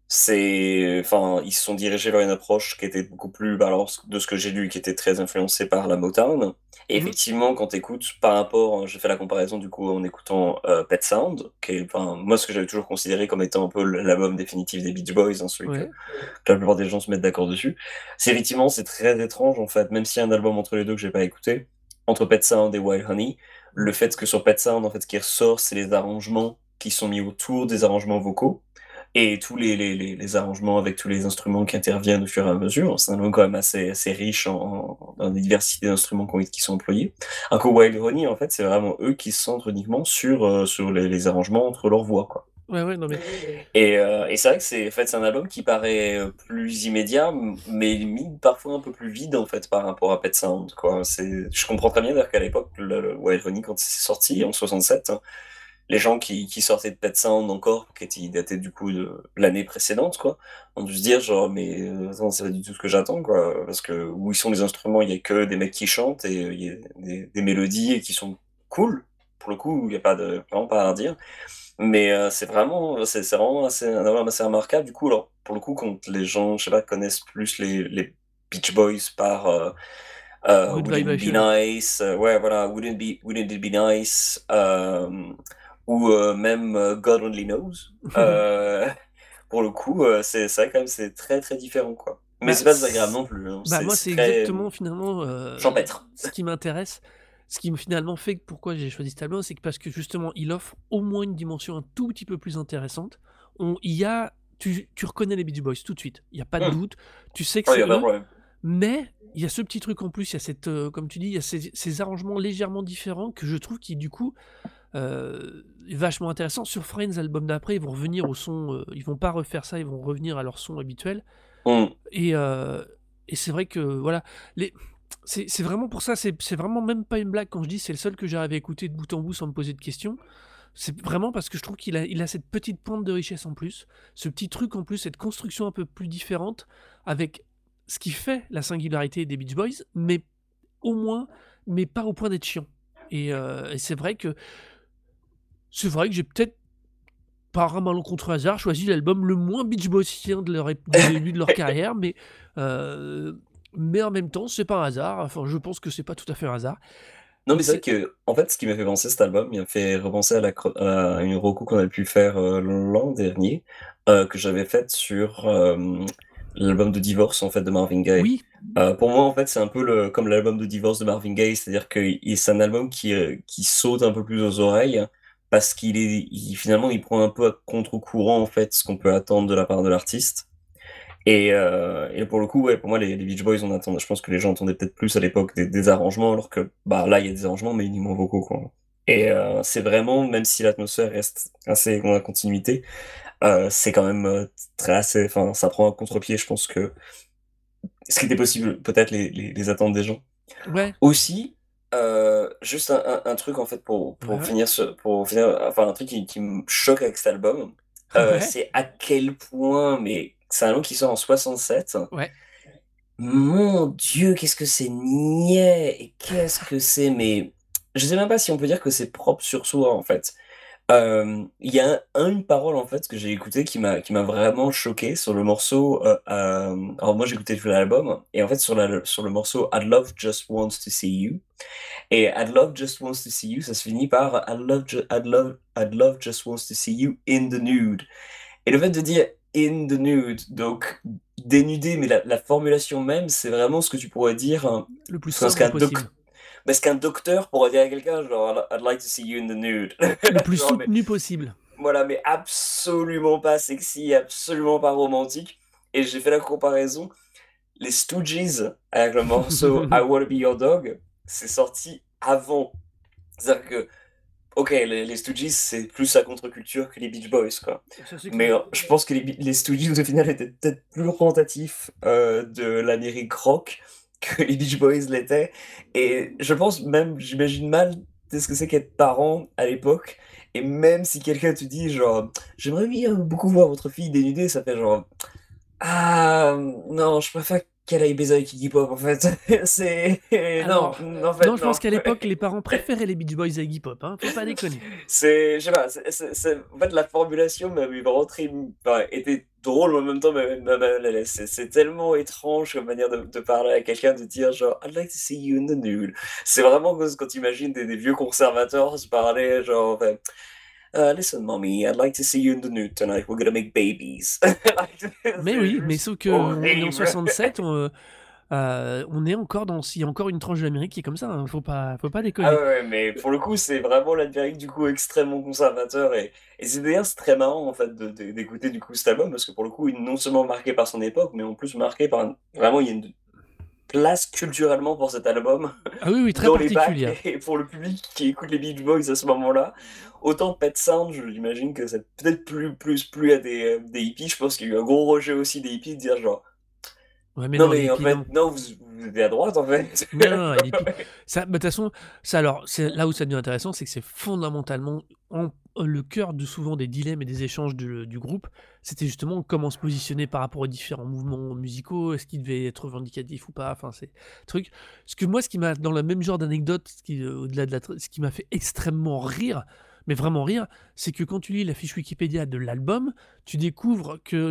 Enfin, ils se sont dirigés vers une approche qui était beaucoup plus, bah, alors, de ce que j'ai lu, qui était très influencée par la Motown. Et Mmh. effectivement, quand tu écoutes par rapport, j'ai fait la comparaison du coup en écoutant Pet Sound, qui est, enfin, moi ce que j'avais toujours considéré comme étant un peu l'album définitif des Beach Boys, hein, celui Ouais. que la plupart des gens se mettent d'accord dessus. C'est effectivement, c'est très étrange en fait, même s'il y a un album entre les deux que j'ai pas écouté, entre Pet Sound et Wild Honey, Mmh. le fait que sur Pet Sound, en fait, ce qui ressort, c'est les arrangements qui sont mis autour des arrangements vocaux et tous les arrangements avec tous les instruments qui interviennent au fur et à mesure. C'est un album quand même assez riche dans la diversité d'instruments qui sont employés. Alors que Wild Honey, en fait, c'est vraiment eux qui se centrent uniquement sur les arrangements entre leurs voix, quoi. Ouais, ouais, non mais Et c'est vrai que c'est un album qui paraît plus immédiat, mais limite parfois un peu plus vide en fait par rapport à Pet Sound, quoi. Je comprends très bien d'ailleurs qu'à l'époque, le Wild Honey, quand c'est sorti en 67, hein, les gens qui sortaient de Pet Sound encore, qui dataient du coup de l'année précédente, quoi, ont dû se dire genre, mais attends, c'est pas du tout ce que j'attends, quoi. Parce que où ils sont les instruments, il y a que des mecs qui chantent et il y a des mélodies et qui sont cool. Pour le coup, il y a vraiment pas à redire. Mais c'est vraiment un album assez remarquable. Du coup, alors, pour le coup, quand les gens, je sais pas, connaissent plus les Beach Boys par Good Wouldn't It Be Vibration. Nice, ouais, voilà, Wouldn't It Be Nice, ou même God Only Knows. Euh, pour le coup, c'est vrai quand même, c'est très très différent, quoi. Mais Bah, c'est pas désagréable non plus, hein. bah, C'est moi, c'est c'est très exactement finalement, champêtre. ce qui m'intéresse. Ce qui me finalement fait que pourquoi j'ai choisi cet album, c'est que parce que justement, il offre au moins une dimension un tout petit peu plus intéressante. Il y a tu reconnais les Beach Boys tout de suite, il y a pas de Hmm. doute, tu sais que Ouais, y c'est a pas de eux, problème. mais il y a ce petit truc en plus, il y a cette, comme tu dis, il y a ces arrangements légèrement différents que je trouve qui du coup, est vachement intéressant. Sur Friends, l'album d'après, ils vont revenir au son, ils vont pas refaire ça, ils vont revenir à leur son habituel. Hmm. Et c'est vrai que voilà, les c'est vraiment pour ça, c'est vraiment même pas une blague quand je dis c'est le seul que j'arrive à écouter de bout en bout sans me poser de questions. C'est vraiment parce que je trouve qu'il a cette petite pointe de richesse en plus, ce petit truc en plus, cette construction un peu plus différente avec ce qui fait la singularité des Beach Boys, mais au moins, mais pas au point d'être chiant. Et c'est vrai que j'ai peut-être, par un malencontreux hasard, choisi l'album le moins Beach Boysien du début de leur carrière, mais en même temps, c'est pas un hasard. Enfin, je pense que c'est pas tout à fait un hasard. Non, mais c'est vrai Mais que, en fait, ce qui m'a fait penser cet album, il m'a fait repenser à une reco qu'on avait pu faire l'an dernier, que j'avais faite sur l'album de Divorce en fait de Marvin Gaye. oui, Pour moi, en fait, c'est un peu comme l'album de Divorce de Marvin Gaye, c'est-à-dire que c'est un album qui saute un peu plus aux oreilles parce finalement, il prend un peu à contre-courant en fait ce qu'on peut attendre de la part de l'artiste. Et pour le coup, ouais, pour moi, les Beach Boys, je pense que les gens entendaient peut-être plus à l'époque des arrangements, alors que bah là, il y a des arrangements, mais uniquement vocaux, quoi. Et c'est vraiment, même si l'atmosphère reste assez dans la continuité, c'est quand même enfin, ça prend un contre-pied, je pense que ce qui était possible, peut-être les attentes des gens. ouais, Aussi, juste un truc en fait ouais, pour ouais, finir, enfin un truc qui me choque avec cet album, ouais, c'est à quel point, mais c'est un album qui sort en 67. ouais. Mon Dieu, qu'est-ce que c'est niais et qu'est-ce que c'est, mais je sais même pas si on peut dire que c'est propre sur soi en fait. Il y a une parole en fait que j'ai écoutée qui m'a vraiment choqué sur le morceau. Alors moi j'ai écouté tout l'album et en fait sur le morceau I'd love just wants to see you, et I'd love just wants to see you, ça se finit par I'd love just wants to see you in the nude. Et le fait de dire in the nude, donc dénudé, mais la formulation même, c'est vraiment ce que tu pourrais dire, Le plus ce sobre qu'un possible. docteur pourrait dire à quelqu'un, genre I'd like to see you in the nude. Le plus Genre, mais soutenu possible. voilà, mais absolument pas sexy, absolument pas romantique. Et j'ai fait la comparaison. Les Stooges, avec le morceau I Wanna Be Your Dog, c'est sorti avant. C'est-à-dire que, ok, les Stooges, c'est plus à contre-culture que les Beach Boys, quoi. Ça, c'est Mais clair. je pense que les Stooges, au final, étaient peut-être plus représentatifs de l'Amérique rock que les Beach Boys l'étaient. Et je pense même, j'imagine mal ce que c'est qu'être parent à l'époque. Et même si quelqu'un te dit, genre, j'aimerais bien beaucoup voir votre fille dénudée, ça fait genre, ah non, je préfère qu'elle aille baiser avec Iggy Pop, en fait. C'est. Non, Alors, en non, fait, je pense non. qu'à l'époque, les parents préféraient les Beach Boys à Iggy Pop, hein, faut pas déconner. Je sais pas, en fait, la formulation m'avait rentré, enfin, était drôle, mais en même temps, c'est tellement étrange comme manière de parler à quelqu'un, de dire genre I'd like to see you in the nude. C'est vraiment comme quand tu imagines des vieux conservateurs se parler, genre listen, mommy, I'd like to see you in the nude tonight. We're gonna make babies. Mais C'est oui, mais juste sauf qu'on est en horrible. 67, on est encore il y a encore une tranche de l'Amérique qui est comme ça, hein, faut pas Ah déconner. ouais, mais pour le coup, c'est vraiment l'Amérique du coup extrêmement conservateur et c'est d'ailleurs c'est très marrant en fait d'écouter du coup cet album parce que pour le coup, il est non seulement marqué par son époque, mais en plus marqué par vraiment il y a une place culturellement pour cet album Ah oui, oui, très dans les bacs particulière. et pour le public qui écoute les Beach Boys à ce moment-là. Autant Pet Sound, j'imagine que ça peut-être plus à des hippies. Je pense qu'il y a eu un gros rejet aussi des hippies de dire genre Ouais, mais non non, les mais en hippies, fait non. non vous êtes à droite en fait. Non, non, les hippies. Ça, bah, de toute façon, ça, alors, c'est là où ça devient intéressant, c'est que c'est fondamentalement le cœur de souvent des dilemmes et des échanges du groupe. C'était justement comment se positionner par rapport aux différents mouvements musicaux, est-ce qu'ils devaient être revendicatifs ou pas, enfin, c'est truc. Ce qui m'a, dans le même genre d'anecdote, au-delà de ce qui m'a fait extrêmement rire, mais vraiment rire, c'est que quand tu lis la fiche Wikipédia de l'album, tu découvres que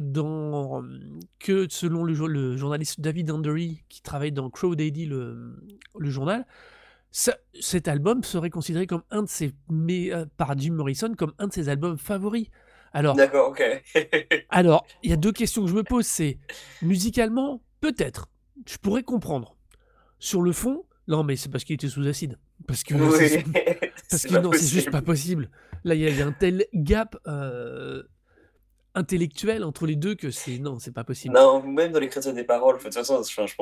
selon le journaliste David Andery, qui travaille dans Crow Daddy, le journal, cet album serait considéré comme par Jim Morrison comme un de ses albums favoris. Alors, D'accord, ok. il y a deux questions que je me pose, c'est musicalement, peut-être, je pourrais comprendre. Sur le fond, non, mais c'est parce qu'il était sous acide. Parce que Oui, parce c'est que pas non, c'est juste possible. pas possible. Là, il y a un tel gap intellectuel entre les deux que c'est pas possible. Non, même dans l'écriture des paroles, de toute façon,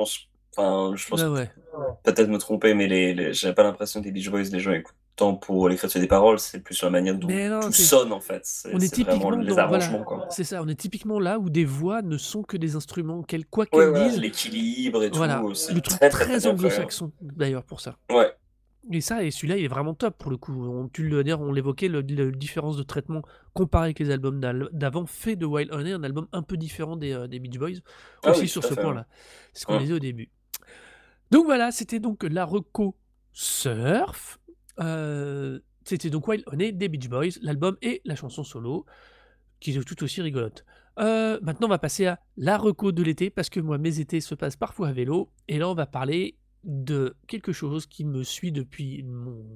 je pense Ah ouais. peut-être me tromper, mais j'ai pas l'impression que les Beach Boys, les gens écoutent tant pour l'écriture des paroles, c'est plus la manière dont Mais non, tout sonne en fait. on est C'est vraiment typiquement les dans arrangements, quoi. c'est ça, on est typiquement là où des voix ne sont que des instruments, quoi Ouais, qu'elles voilà, disent. l'équilibre et Voilà, tout, le c'est truc très très bien fait. anglo-saxon d'ailleurs pour ça. Ouais. Et celui-là, il est vraiment top pour le coup. D'ailleurs, on l'évoquait, la différence de traitement comparé avec les albums d'avant fait de Wild Honey un album un peu différent des Beach Boys, Ah aussi oui, sur tout à ce fait. point-là. C'est ce qu'on Ouais. disait au début. Donc voilà, c'était donc la reco surf. C'était donc Wild Honey des Beach Boys, l'album et la chanson solo, qui est tout aussi rigolote. Maintenant, on va passer à la reco de l'été, parce que moi, mes étés se passent parfois à vélo, et là, on va parler de quelque chose qui me suit depuis mon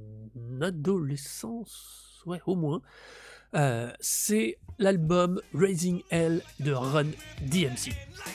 adolescence, ouais, au moins. C'est l'album Raising Hell de Run DMC.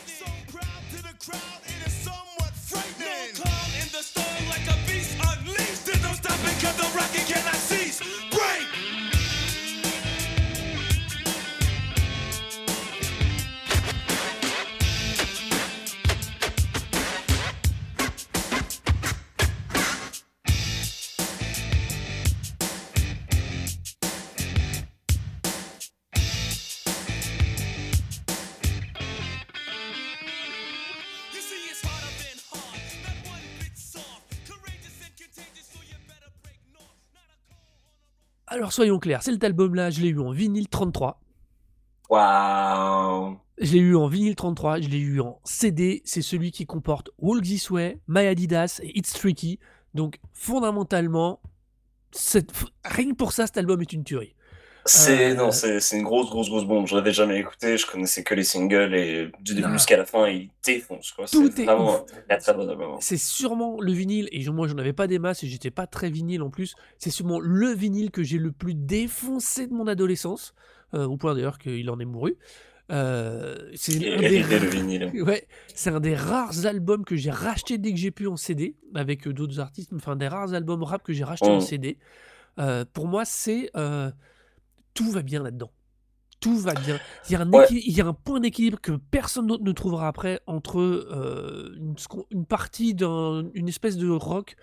Alors soyons clairs, cet album-là, je l'ai eu en vinyle 33. Waouh. Je l'ai eu en vinyle 33, je l'ai eu en CD, c'est celui qui comporte Walk This Way, My Adidas et It's Tricky. Donc fondamentalement, rien que pour ça, cet album est une tuerie. C'est une grosse bombe. Je l'avais jamais écouté, je connaissais que les singles et du début Non. jusqu'à la fin, il défonce, quoi. Tout C'est est vraiment ouf. un très bon album. C'est sûrement le vinyle, et moi j'en avais pas des masses et j'étais pas très vinyle en plus, c'est sûrement le vinyle que j'ai le plus défoncé de mon adolescence, au point d'ailleurs qu'il en est mouru. C'est Et un des hérité le vinyle. Ouais, c'est un des rares albums que j'ai racheté dès que j'ai pu en CD, avec d'autres artistes, enfin des rares albums rap que j'ai racheté en CD. Pour moi, c'est tout va bien là-dedans. Tout va bien. Il y a un point d'équilibre que personne d'autre ne trouvera après entre une partie une espèce de rock,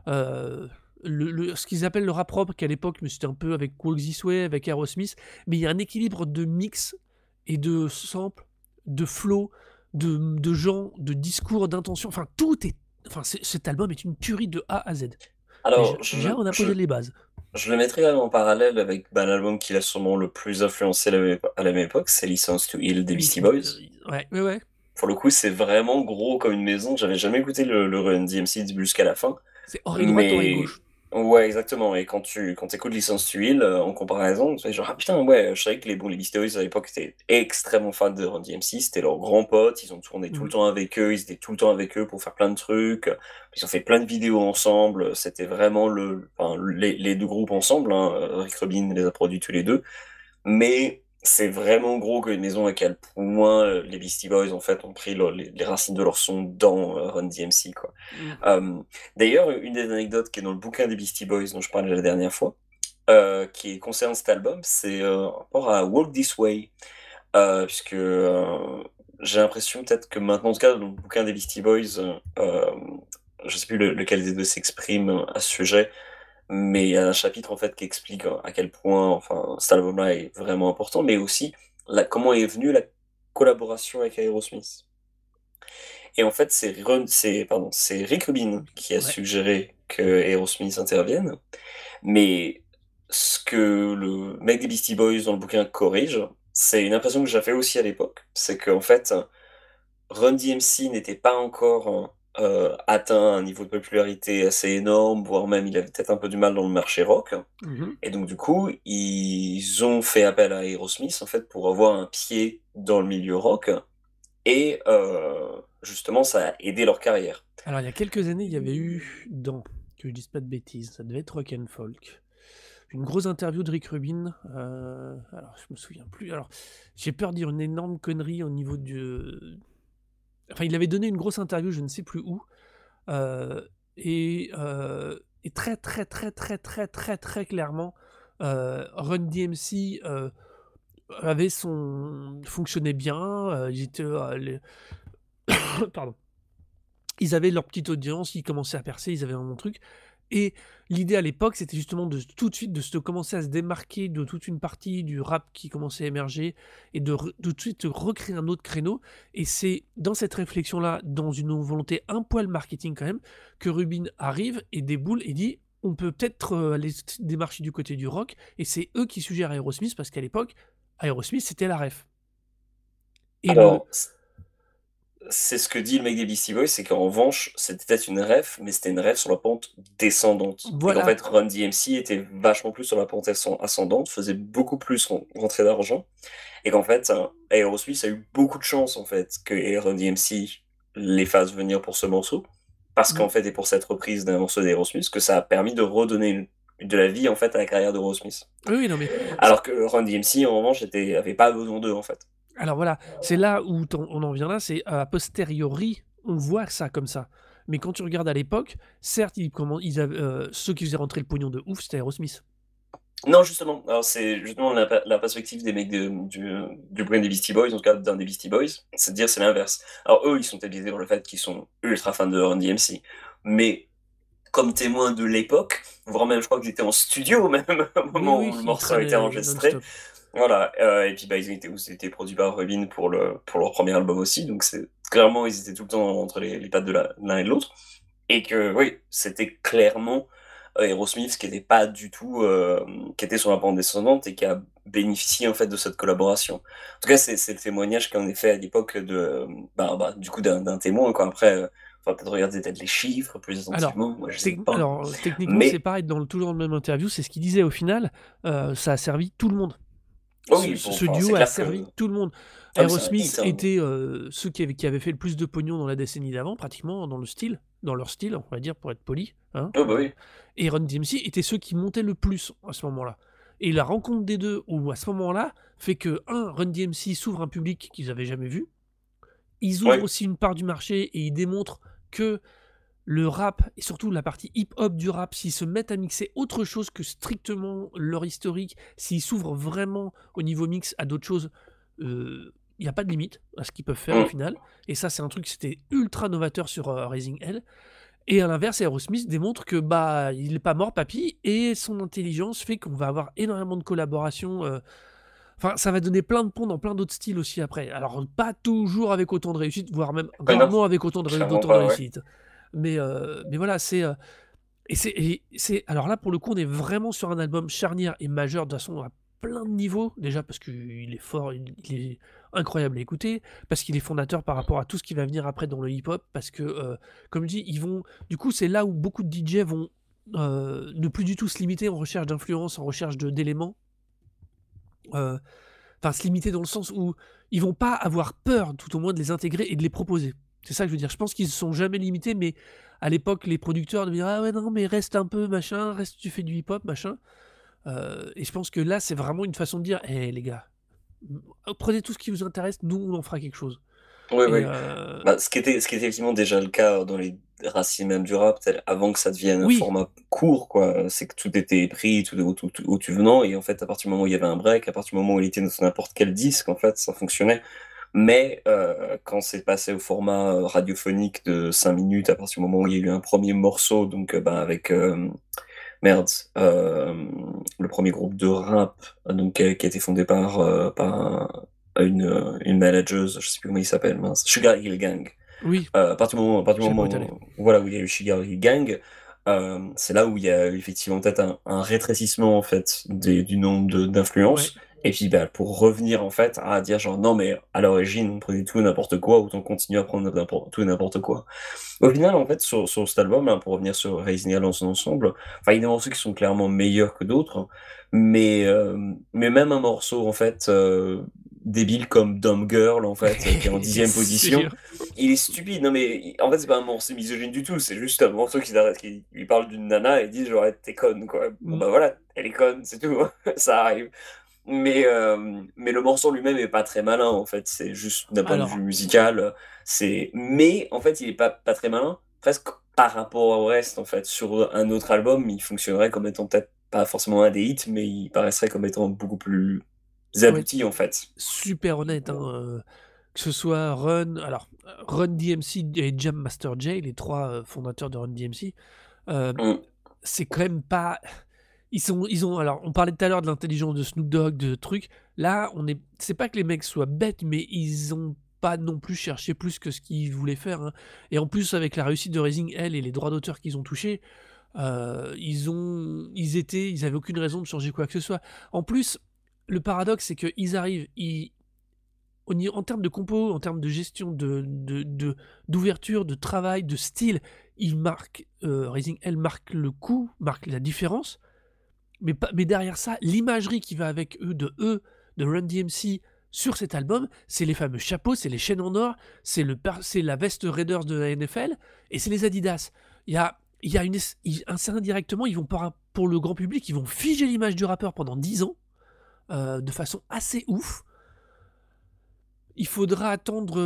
ce qu'ils appellent le rap propre, qu'à l'époque, mais c'était un peu avec Walk This Way, avec Aerosmith, mais il y a un équilibre de mix et de samples, de flow, de gens, de discours, d'intention. Enfin, cet album est une tuerie de A à Z. Alors, Déjà, on a posé les bases. Je le mettrais quand même en parallèle avec l'album qui l'a sûrement le plus influencé à la même époque, c'est License to Ill des Beastie Boys. Ouais. Pour le coup, c'est vraiment gros comme une maison. J'avais jamais écouté le Run DMC du début jusqu'à la fin. C'est oreille droite, oreille gauche. Ouais, exactement. Et quand t'écoutes Listen to Heal, en comparaison, tu fais genre, ah putain, ouais, je savais que les Beastie Boys à l'époque étaient extrêmement fans de Run DMC, c'était leurs grands potes, ils ont tourné tout le Mmh. temps avec eux, ils étaient tout le temps avec eux pour faire plein de trucs, ils ont fait plein de vidéos ensemble, c'était vraiment enfin, les deux groupes ensemble, hein, Rick Rubin les a produits tous les deux, mais c'est vraiment gros que maison à quel point les Beastie Boys en fait ont pris les racines de leur son dans Run DMC, quoi. Mmh. D'ailleurs, une des anecdotes qui est dans le bouquin des Beastie Boys dont je parlais la dernière fois, qui concerne cet album, c'est par rapport à Walk This Way. Puisque j'ai l'impression peut-être que maintenant, en tout cas, dans le bouquin des Beastie Boys, je sais plus lequel des deux s'exprime à ce sujet, mais il y a un chapitre en fait qui explique à quel point enfin, cet album-là est vraiment important, mais aussi comment est venue la collaboration avec Aerosmith. Et en fait, c'est Rick Rubin qui a Ouais. suggéré que Aerosmith intervienne, mais ce que le mec des Beastie Boys dans le bouquin corrige, c'est une impression que j'avais aussi à l'époque, c'est qu'en fait, Run DMC n'était pas encore atteint un niveau de popularité assez énorme, voire même il avait peut-être un peu du mal dans le marché rock. Mmh. Et donc du coup, ils ont fait appel à Aerosmith en fait pour avoir un pied dans le milieu rock et justement ça a aidé leur carrière. Alors il y a quelques années, il y avait eu dans, que je dise pas de bêtises, ça devait être Rock and Folk, une grosse interview de Rick Rubin, alors je me souviens plus, alors j'ai peur de dire une énorme connerie au niveau du enfin il avait donné une grosse interview, je ne sais plus où, et très, très, très, très, très, très, très clairement, Run DMC, avait son fonctionnait bien, ils étaient, les pardon. Ils avaient leur petite audience, ils commençaient à percer, ils avaient un bon truc et l'idée à l'époque, c'était justement de tout de suite de se commencer à se démarquer de toute une partie du rap qui commençait à émerger et de tout de suite recréer un autre créneau et c'est dans cette réflexion-là, dans une volonté un poil marketing quand même, que Rubin arrive et déboule et dit: «On peut peut-être, aller se démarcher du côté du rock» et c'est eux qui suggèrent Aerosmith parce qu'à l'époque, Aerosmith, c'était la ref et le Alors, c'est ce que dit le mec des Beastie Boys, c'est qu'en revanche, c'était peut-être une ref, mais c'était une ref sur la pente descendante. Et qu'en voilà. fait, Run DMC était vachement plus sur la pente ascendante, faisait beaucoup plus rentrer d'argent. Et qu'en fait, Aerosmith a eu beaucoup de chance, en fait, que Run DMC les fasse venir pour ce morceau. Parce Mmh. qu'en fait, et pour cette reprise d'un morceau d'Aerosmith, que ça a permis de redonner de la vie, en fait, à la carrière d'Aerosmith. Oui, oui, non mais Alors que Run DMC, en revanche, avait pas besoin d'eux, en fait. alors voilà, c'est là où on en vient là, c'est a posteriori, on voit ça comme ça. Mais quand tu regardes à l'époque, certes, ils avaient, ceux qui faisaient rentrer le pognon de ouf, c'était Aerosmith. Non, justement, alors c'est justement la perspective des mecs du Brain des Beastie Boys, en tout cas d'un des Beastie Boys, c'est de dire c'est l'inverse. Alors eux, ils sont biaisés par le fait qu'ils sont ultra fans de Run DMC, mais comme témoins de l'époque, voire même je crois qu'ils étaient en studio même au Oui, moment oui, où le ils morceau a été traînaient enregistré, non-stop. voilà, et puis bah, ils ont été produits par Rubin pour leur premier album aussi, donc c'est clairement ils étaient tout le temps entre les pattes de l'un et de l'autre, et que oui, c'était clairement Aerosmith qui était pas du tout, qui était sur la pente descendante et qui a bénéficié en fait de cette collaboration. En tout cas, c'est le témoignage qu'en effet à l'époque du coup d'un témoin quoi. Après, faut peut-être regarder peut-être les chiffres plus Alors, attentivement. Moi, je sais pas, techniquement, c'est mais pareil, toujours dans le même interview, c'est ce qu'il disait au final, ça a servi tout le monde. oh oui, Ce enfin, c'est duo a clair que servi tout le monde. ah oui, c'est un Aerosmith hit, hein. était, ceux qui avaient fait le plus de pognon dans la décennie d'avant, pratiquement dans leur style, on va dire, pour être poli, hein, Oh bah oui. et Run DMC étaient ceux qui montaient le plus à ce moment-là. Et la rencontre des deux, ou à ce moment-là, fait que, Run DMC s'ouvre un public qu'ils avaient jamais vu. Ils ouvrent Ouais. aussi une part du marché et ils démontrent que le rap et surtout la partie hip-hop du rap, s'ils se mettent à mixer autre chose que strictement leur historique, s'ils s'ouvrent vraiment au niveau mix à d'autres choses, il y a pas de limite à ce qu'ils peuvent faire au Mmh. final et ça, c'est un truc, c'était ultra novateur sur, Raising Hell et à l'inverse, Aerosmith démontre que, bah, il est pas mort papy et son intelligence fait qu'on va avoir énormément de collaborations, enfin, ça va donner plein de ponts dans plein d'autres styles aussi après. Alors pas toujours avec autant de réussite, voire même Ouais, non, rarement avec clairement d'autant de pas, ouais. réussite. Mais voilà, c'est alors là, pour le coup, on est vraiment sur un album charnière et majeur, de toute façon, à plein de niveaux. Déjà parce qu'il est fort, il est incroyable à écouter, parce qu'il est fondateur par rapport à tout ce qui va venir après dans le hip-hop, parce que, comme je dis, ils vont du coup, c'est là où beaucoup de DJ vont ne plus du tout se limiter en recherche d'influence, en recherche d'éléments. Heu, enfin se limiter dans le sens où ils vont pas avoir peur, tout au moins, de les intégrer et de les proposer. C'est ça que je veux dire. Je pense qu'ils se sont jamais limités, mais à l'époque, les producteurs devaient dire: «Ah ouais, non, mais reste un peu machin, reste tu fais du hip-hop machin». Et je pense que là, c'est vraiment une façon de dire: «Eh les gars, prenez tout ce qui vous intéresse, nous on en fera quelque chose». Oui, Et oui. Bah, ce qui était effectivement déjà le cas dans les racines même du rap, avant que ça devienne un oui, format court, quoi. C'est que tout était pris, tout au tu venant, et en fait, à partir du moment où il y avait un break, à partir du moment où il était dans n'importe quel disque, en fait, ça fonctionnait. Mais quand c'est passé au format radiophonique de 5 minutes, à partir du moment où il y a eu un premier morceau, donc ben, avec merde, le premier groupe de rap, donc qui a été fondé par une manageuse, je sais plus comment il s'appelle, mince, Sugar Hill Gang. oui, À partir du chez moment Brutal. voilà, où il y a eu Sugar Hill Gang, c'est là où il y a eu effectivement peut-être un rétrécissement en fait du nombre Ouais, d'influences. Et puis bah, pour revenir en fait à dire genre non mais à l'origine on prenait tout et n'importe quoi, autant continuer à prendre tout et n'importe quoi. Au final, en fait, sur cet album, hein, pour revenir sur Raising Hell dans son ensemble, enfin, il y a des morceaux qui sont clairement meilleurs que d'autres, mais même un morceau, en fait, débile comme Dumb Girl, en fait, qui est en 10e c'est position, sûr. il est stupide. Non, mais en fait, c'est pas un morceau misogyne du tout, c'est juste un morceau qui lui parle d'une nana et dit genre, eh, t'es conne, quoi. Bon, Mmh. bah voilà, elle est conne, c'est tout, ça arrive. Mais le morceau lui-même est pas très malin, en fait. C'est juste d'un point de vue Alors musical. Mais en fait, il est pas très malin, presque par rapport au reste, en fait. Sur un autre album, il fonctionnerait comme étant peut-être pas forcément un des hits, mais il paraîtrait comme étant beaucoup plus pour être abouti, en fait. super honnête, hein, que ce soit Run DMC et Jam Master Jay, les 3 fondateurs de Run DMC, hem, Mmh. c'est quand même pas ils ont alors on parlait tout à l'heure de l'intelligence de Snoop Dogg, de trucs. Là, c'est pas que les mecs soient bêtes, mais ils ont pas non plus cherché plus que ce qu'ils voulaient faire, hein. Et en plus, avec la réussite de Raising Hell et les droits d'auteur qu'ils ont touchés, ils avaient aucune raison de changer quoi que ce soit. En plus, le paradoxe, c'est qu'ils arrivent, en termes de compo, en termes de gestion, d'ouverture, de travail, de style, Raising Hell marque le coup, marque la différence. Mais derrière ça, l'imagerie qui va avec de Run DMC sur cet album, c'est les fameux chapeaux, c'est les chaînes en or, c'est la veste Raiders de la NFL et c'est les Adidas. Il y a indirectement, ils vont pour le grand public, ils vont figer l'image du rappeur pendant 10 ans, de façon assez ouf. Il faudra attendre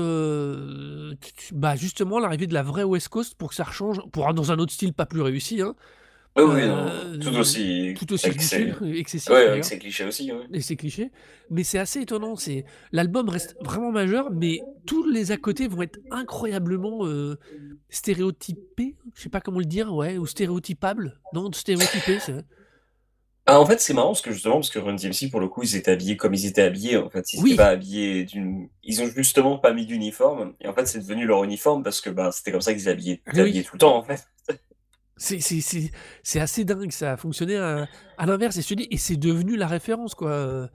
bah justement l'arrivée de la vraie West Coast pour que ça rechange, dans un autre style pas plus réussi, hein, Oui, oui, non, tout euh, aussi tout aussi avec ridicule, ses, excessif ouais, avec d'ailleurs. ses clichés aussi, ouais. Et c'est cliché, mais c'est assez étonnant, l'album reste vraiment majeur, mais tous les à côté vont être incroyablement, stéréotypés, je sais pas comment le dire, ouais, ou stéréotypables. Non, stéréotypés, c'est Ah, en fait, c'est marrant parce que Run DMC, pour le coup, ils étaient habillés comme ils étaient habillés, en fait. Ils étaient pas oui, habillés ils ont justement pas mis d'uniforme. Et en fait, c'est devenu leur uniforme parce que, bah, c'était comme ça qu'ils étaient habillés oui, tout le temps, en fait. c'est c'est c'est c'est assez dingue, ça a fonctionné à l'inverse et je te dis et c'est devenu la référence, quoi,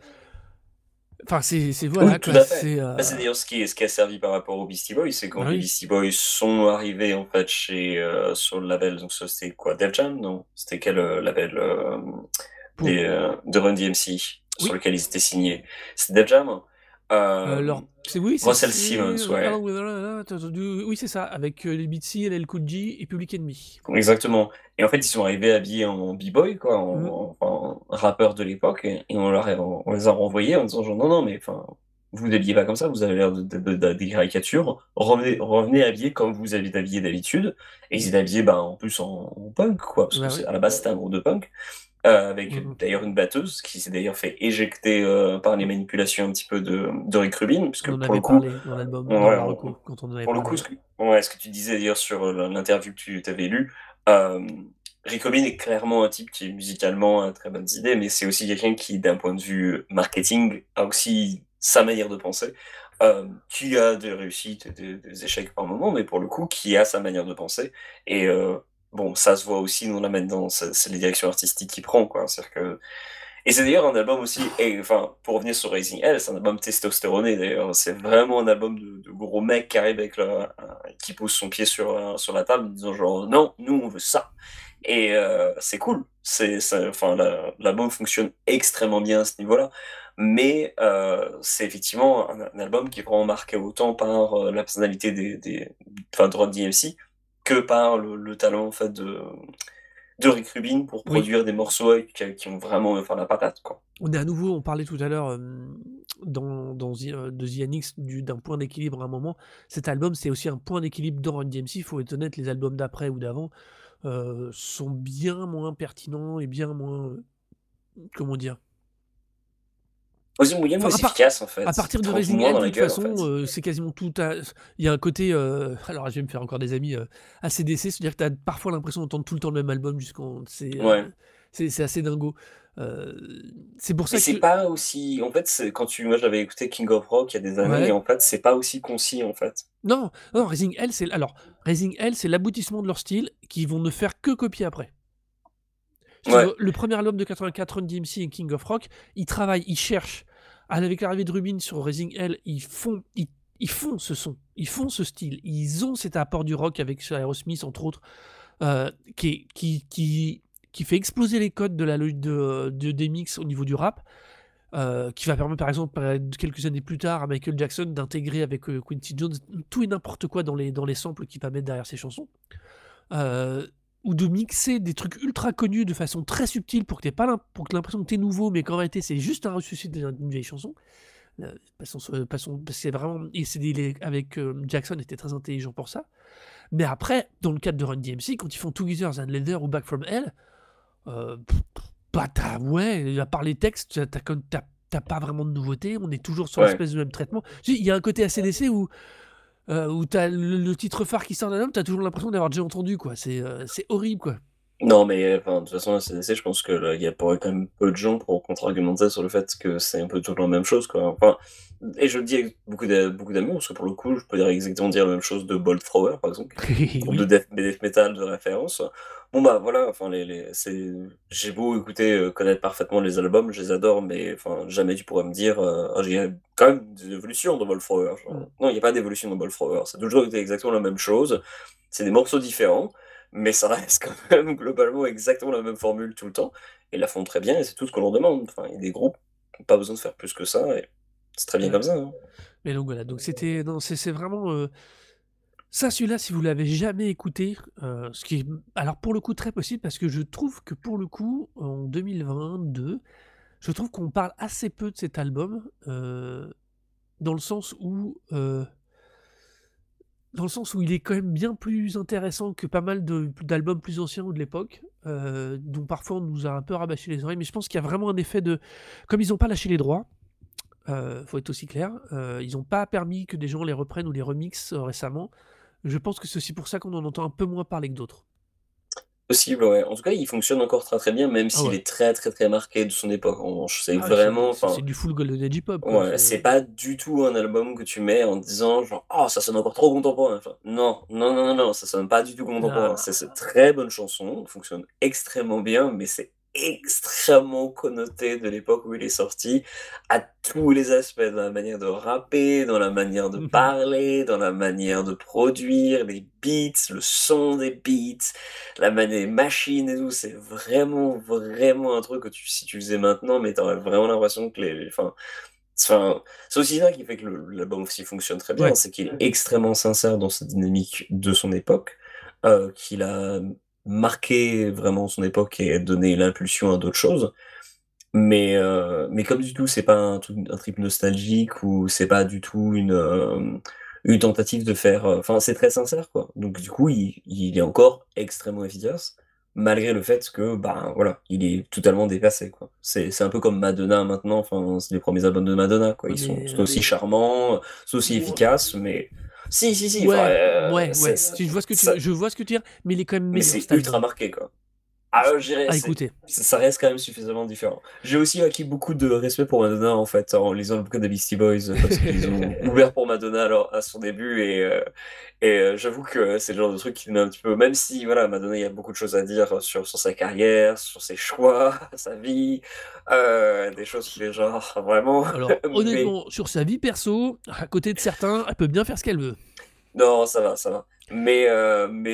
enfin c'est Oui, voilà, tout quoi, à fait. Bah, c'est d'ailleurs ce qui a servi par rapport aux Beastie Boys, c'est quand bah les oui, Beastie Boys sont arrivés, en fait, sur le label, donc ça, c'était quoi, Def Jam? Non, c'était quel label pour de Run DMC sur oui, lequel ils étaient signés? C'était Def Jam? Euh, oui, Russell Simmons, ouais. Along with oui, c'est ça, avec, les Beatsy, LL Cool J et Public Enemy. Exactement. Et en fait, ils sont arrivés habillés en b-boy, quoi, Mmh. en rappeurs de l'époque, et on les a renvoyés en disant genre non, non, mais enfin, vous habillez pas comme ça, vous avez l'air des caricatures, revenez habillés comme vous avez habillé d'habitude. Et ils étaient habillés, ben, en plus en punk, quoi, parce que Bah oui. à la base c'était un groupe de punk, avec Mmh mh. d'ailleurs une batteuse qui s'est d'ailleurs fait éjecter par les Mmh. manipulations un petit peu de Rick Rubin, puisque On en pour le avait coup, parlé dans l'album, dans ouais, la reco, quand on en avait pour le coup, parlé, ouais. ce que tu disais d'ailleurs sur l'interview que tu avais lue, Rick Rubin est clairement un type qui musicalement a très bonnes idées, mais c'est aussi quelqu'un qui, d'un point de vue marketing, a aussi sa manière de penser, qui a des réussites et des échecs par moment, mais pour le coup, qui a sa manière de penser. Et bon, ça se voit aussi dans c'est les directions artistiques qu'il prend, quoi. C'est-à-dire que et c'est d'ailleurs un album aussi, et enfin, pour revenir sur Raising Hell, c'est un album testostéroné d'ailleurs. C'est vraiment un album de gros mec qui arrive qui pose son pied sur la table en disant genre non, nous on veut ça. Et c'est cool. Enfin, l'album fonctionne extrêmement bien à ce niveau-là. Mais c'est effectivement un album qui est vraiment marqué autant par la personnalité enfin, de Run DMC que par le talent en fait, de Rick Rubin pour Oui. produire des morceaux qui ont vraiment la patate, quoi. On est à nouveau, on parlait tout à l'heure de The Annex d'un point d'équilibre à un moment. Cet album, c'est aussi un point d'équilibre dans Run DMC. Il faut être honnête, les albums d'après ou d'avant sont bien moins pertinents et bien moins. Comment dire Ozzy Williams Enfin, est efficace en fait. à partir de Rentre Raising moins Hell, dans de la toute gueule en fait. façon, c'est quasiment tout. Il y a un côté. Alors, je vais me faire encore des amis ACDC, c'est-à-dire que tu as parfois l'impression d'entendre tout le temps le même album jusqu'en. Ouais. C'est assez dingo. C'est pour Mais ça c'est que. pas aussi. En fait, moi j'avais écouté King of Rock il y a des années Ouais. et en fait, c'est pas aussi concis en fait. Non, Raising Hell, c'est l'aboutissement de leur style qui vont ne faire que copier après. Ouais. Sur le premier album de 84, Run DMC et King of Rock, ils travaillent, ils cherchent. Avec l'arrivée de Rubin sur Raising Hell, ils font ce son, ils font ce style, ils ont cet apport du rock avec Aerosmith entre autres, qui fait exploser les codes des mix au niveau du rap, qui va permettre par exemple quelques années plus tard à Michael Jackson d'intégrer avec Quincy Jones tout et n'importe quoi dans les samples qu'il va mettre derrière ses chansons. Ou de mixer des trucs ultra connus de façon très subtile pour que l'impression que t'es nouveau, mais qu'en réalité c'est juste un ressuscité d'une vieille chanson. C'est vraiment. Avec Jackson était très intelligent pour ça. Mais après, dans le cadre de Run DMC, quand ils font Together and Leather ou Back from Hell, à part les textes, t'as pas vraiment de nouveauté. On est toujours sur l'espèce de même traitement. Il y a un côté ACDC où t'as le titre phare qui sort d'un homme, t'as toujours l'impression d'avoir déjà entendu, quoi. C'est horrible, quoi. Non, mais de toute façon, la CDC, je pense qu'il y a quand même peu de gens pour contre-argumenter sur le fait que c'est un peu toujours la même chose, quoi. Enfin, et je le dis avec beaucoup d'amour, parce que pour le coup, je peux exactement dire la même chose de Bolt Thrower, par exemple, groupe de death metal de référence. Bon, bah voilà, enfin, j'ai beau écouter, connaître parfaitement les albums, je les adore, mais enfin, jamais tu pourrais me dire, il y a quand même des évolutions dans Bolt Thrower. Non, il n'y a pas d'évolution dans Bolt Thrower, c'est toujours exactement la même chose, c'est des morceaux différents. Mais ça reste quand même globalement exactement la même formule tout le temps. Et ils la font très bien et c'est tout ce que l'on demande. Enfin, il y a des groupes qui n'ont pas besoin de faire plus que ça et c'est très bien comme ça. Hein. Mais donc voilà, donc c'est vraiment. Ça, celui-là, si vous l'avez jamais écouté, ce qui est alors pour le coup très possible parce que je trouve que pour le coup, en 2022, je trouve qu'on parle assez peu de cet album, dans le sens où. Dans le sens où il est quand même bien plus intéressant que pas mal d'albums plus anciens ou de l'époque, dont parfois on nous a un peu rabâché les oreilles, mais je pense qu'il y a vraiment un effet de. Comme ils n'ont pas lâché les droits, faut être aussi clair, ils n'ont pas permis que des gens les reprennent ou les remixent récemment. Je pense que c'est aussi pour ça qu'on en entend un peu moins parler que d'autres. Possible, ouais. En tout cas, il fonctionne encore très très bien, même s'il est très très très marqué de son époque. C'est vraiment. C'est du full Golden Age Hip Hop, quoi. Ouais, c'est pas du tout un album que tu mets en disant genre oh ça sonne encore trop contemporain. Enfin, non, ça sonne pas du tout contemporain. Ah. C'est très bonne chanson, fonctionne extrêmement bien, mais c'est extrêmement connoté de l'époque où il est sorti à tous les aspects, dans la manière de rapper, dans la manière de parler, dans la manière de produire, les beats, le son des beats, la manière des machines et tout, c'est vraiment un truc que si tu le faisais maintenant, mais t'aurais vraiment l'impression que c'est aussi ça qui fait que l'album aussi fonctionne très bien, c'est qu'il est extrêmement sincère dans sa dynamique de son époque, qu'il a marqué vraiment son époque et donné l'impulsion à d'autres choses. Mais comme du tout, c'est pas un trip nostalgique ou c'est pas du tout une tentative de faire. Enfin, c'est très sincère, quoi. Donc, du coup, il est encore extrêmement efficace, malgré le fait que, ben voilà, il est totalement dépassé, quoi. C'est un peu comme Madonna maintenant, enfin, c'est les premiers albums de Madonna, quoi. Ils sont aussi charmants, sont aussi efficaces, mais. Si. Je vois ce que tu veux dire, mais il est quand même meilleur. Mais c'est ultra marqué, quoi. Alors, je dirais, écoutez. Ça reste quand même suffisamment différent. J'ai aussi acquis beaucoup de respect pour Madonna, en fait, en lisant le bouquin des Beastie Boys, parce qu'ils ont ouvert pour Madonna à son début, et j'avoue que c'est le genre de truc qui me met un petit peu, même si, voilà, Madonna, il y a beaucoup de choses à dire sur sa carrière, sur ses choix, sa vie, des choses qui les genre, vraiment. Alors, honnêtement, sur sa vie perso, à côté de certains, elle peut bien faire ce qu'elle veut. Non, ça va. Mais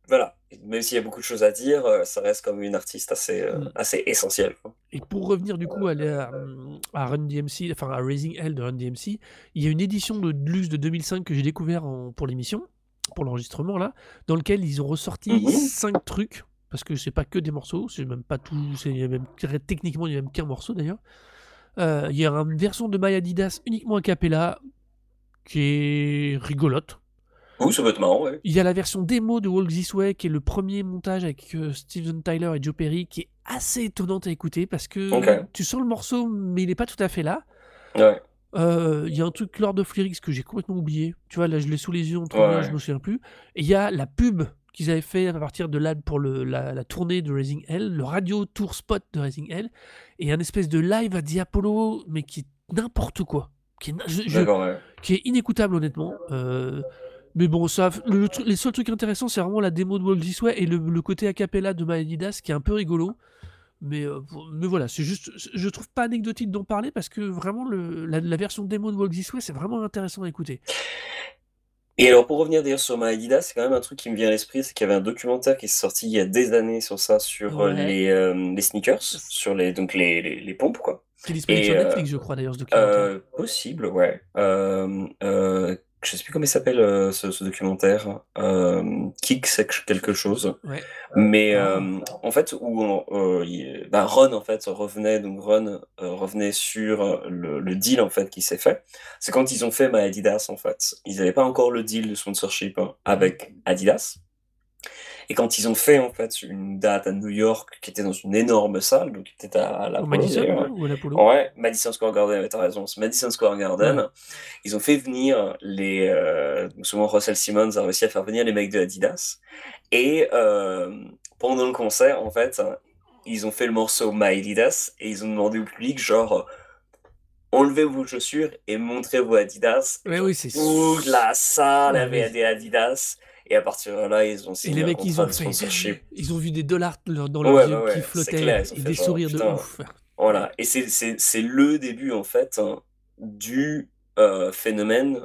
voilà, même s'il y a beaucoup de choses à dire, ça reste comme une artiste Mmh. assez essentielle, quoi. Et pour revenir du coup à Run DMC, enfin à Raising Hell de Run DMC, il y a une édition de Deluxe de 2005 que j'ai découvert pour l'émission, pour l'enregistrement là, dans lequel ils ont ressorti Mmh. 5 trucs, parce que c'est pas que des morceaux, c'est même pas tout, il y a même, techniquement il n'y a même qu'un morceau d'ailleurs. Il y a une version de My Adidas uniquement a cappella, qui est rigolote. Oui, ça peut être marrant, ouais. Il y a la version démo de Walk This Way, qui est le premier montage avec Steven Tyler et Joe Perry, qui est assez étonnante à écouter parce que OK. tu sens le morceau, mais il n'est pas tout à fait là. Ouais, Il y a un truc Lord of Lyrics que j'ai complètement oublié. Tu vois, là, je l'ai sous les yeux en ouais, train de lire, je ouais. me souviens plus. Et il y a la pub qu'ils avaient fait à partir de là pour la tournée de Raising Hell, le radio tour spot de Raising Hell, et un espèce de live à Diapolo, mais qui est n'importe quoi. Qui est, D'accord, ouais. qui est inécoutable, honnêtement. Mais bon, ça, les seuls trucs intéressants, c'est vraiment la démo de Walk This Way et le côté a cappella de My Adidas, qui est un peu rigolo. Mais voilà, c'est juste, je trouve pas anecdotique d'en parler parce que vraiment la version démo de Walk This Way, c'est vraiment intéressant à écouter. Et alors pour revenir d'ailleurs sur My Adidas, c'est quand même un truc qui me vient à l'esprit, c'est qu'il y avait un documentaire qui est sorti il y a des années sur ça, sur, Ouais. les sneakers, sur donc les pompes, quoi. Qui est disponible Et sur Netflix, je crois, d'ailleurs, ce documentaire. possible, ouais. Je sais plus comment il s'appelle, ce documentaire, Kick quelque chose. Ouais. Mais Ah. en fait, où Ron en fait revenait, donc Ron revenait sur le deal en fait qui s'est fait. C'est quand ils ont fait Adidas en fait. Ils n'avaient pas encore le deal de sponsorship avec Adidas. Et quand ils ont fait en fait une date à New York qui était dans une énorme salle, donc qui était à Au l'Apollo Madison, d'ailleurs. ou à l'Apollo? Ouais, Madison Square Garden, ouais, t'as raison, c'est Madison Square Ouais. Garden. Ils ont fait venir donc souvent Russell Simmons a réussi à faire venir les mecs de Adidas. Et pendant le concert, en fait, ils ont fait le morceau My Adidas et ils ont demandé au public, genre, enlevez vos chaussures et montrez vos Adidas. Et Ouais, genre, oui, c'est. toute la salle Ouais, avait mais. des Adidas. Et à partir de là, ils ont Et les signé un mecs, ils contrat ont de fait. sponsorship. Ils ont vu des dollars dans leurs Ouais, yeux bah qui ouais, c'est flottaient clair, ils ont et fait des genre, sourires de putain, ouf. voilà. Et c'est le début, en fait, du phénomène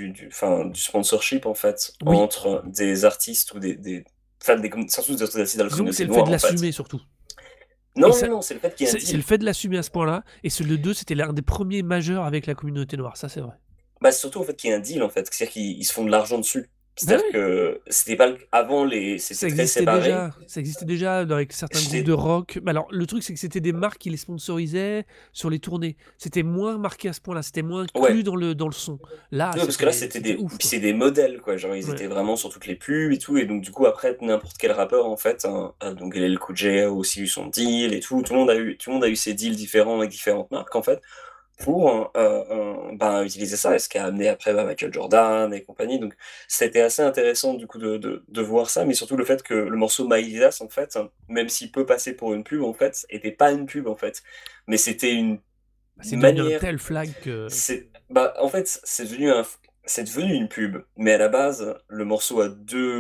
du sponsorship, en fait, Oui. entre des artistes ou enfin, surtout des artistes dans la Disons que c'est communauté le fait de noire, en fait. l'assumer surtout. Et Non, non, ça, non, c'est le fait qu'il y ait un c'est le deal. fait de l'assumer à ce point-là. Et le 2, c'était l'un des premiers majeurs avec la communauté noire. Ça, c'est vrai. Bah, c'est surtout, en fait, qu'il y ait un deal, en fait. C'est-à-dire qu'ils se font de l'argent dessus. Ben C'est-à-dire oui. que c'était pas avant, c'était très séparé. Ça existait déjà avec certains groupes de J'étais- rock. Mais alors, le truc, c'est que c'était des marques qui les sponsorisaient sur les tournées. C'était moins marqué à ce point-là. C'était moins inclus Ouais. dans le son. Là, Ouais, parce que là, c'était ouf, puis quoi. c'est des modèles, quoi. Genre, ils Ouais. étaient vraiment sur toutes les pubs et tout. Et donc, du coup, après, n'importe quel rappeur, en fait, donc LL Cool J a aussi eu son deal et tout. Tout le monde a eu ses deals différents avec différentes marques, en fait, pour utiliser ça. Et ce qui a amené après Michael Jordan et compagnie. Donc, c'était assez intéressant, du coup, de voir ça. Mais surtout le fait que le morceau My Adidas, en fait, même s'il peut passer pour une pub, en fait, était pas une pub, en fait. Mais c'était une C'est devenu un manière. tel flag que. En fait, c'est devenu une pub, mais à la base, le morceau a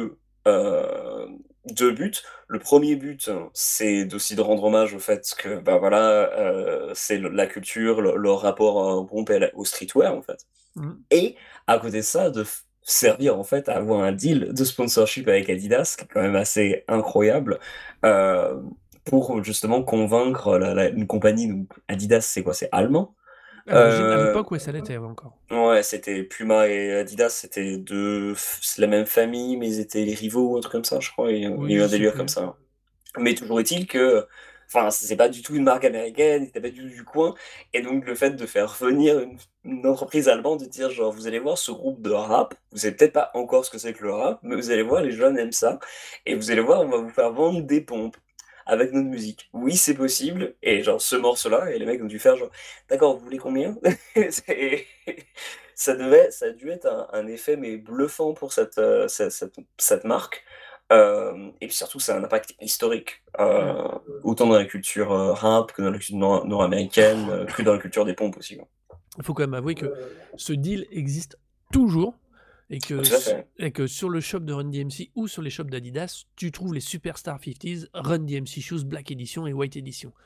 euh, deux buts. Le premier but, c'est aussi de rendre hommage au fait que, bah voilà, c'est la culture, leur rapport au groupe et au streetwear, en fait. Mm. Et à côté de ça, servir en fait à avoir un deal de sponsorship avec Adidas, qui est quand même assez incroyable, euh, pour justement convaincre une compagnie. Donc Adidas, c'est quoi? C'est allemand. À l'origine, à Euh, l'époque, ouais, ça l'était ouais, encore. ouais, c'était Puma et Adidas, c'est la même famille, mais ils étaient les rivaux ou un truc comme ça, je crois. Il y Oui, a eu je un sais délire comme plus. ça. Mais toujours est-il que, enfin, c'est pas du tout une marque américaine, c'était pas du tout du coin. Et donc, le fait de faire venir une entreprise allemande, de dire, genre, vous allez voir ce groupe de rap, vous savez peut-être pas encore ce que c'est que le rap, mais vous allez voir, les jeunes aiment ça. Et vous allez voir, on va vous faire vendre des pompes avec notre musique. Oui, c'est possible. Et genre, ce morceau-là, et les mecs ont dû faire, genre, d'accord, vous voulez combien? C'est- ça a dû être un effet, mais bluffant pour cette marque. Et puis surtout, ça a un impact historique, Mm. autant dans la culture rap que dans la culture nord-américaine, que dans la culture des pompes aussi, quoi. Il faut quand même avouer que ce deal existe toujours et Oh, tout à fait. que sur le shop de Run DMC ou sur les shops d'Adidas, tu trouves les Superstar 50s, Run DMC Shoes Black Edition et White Edition.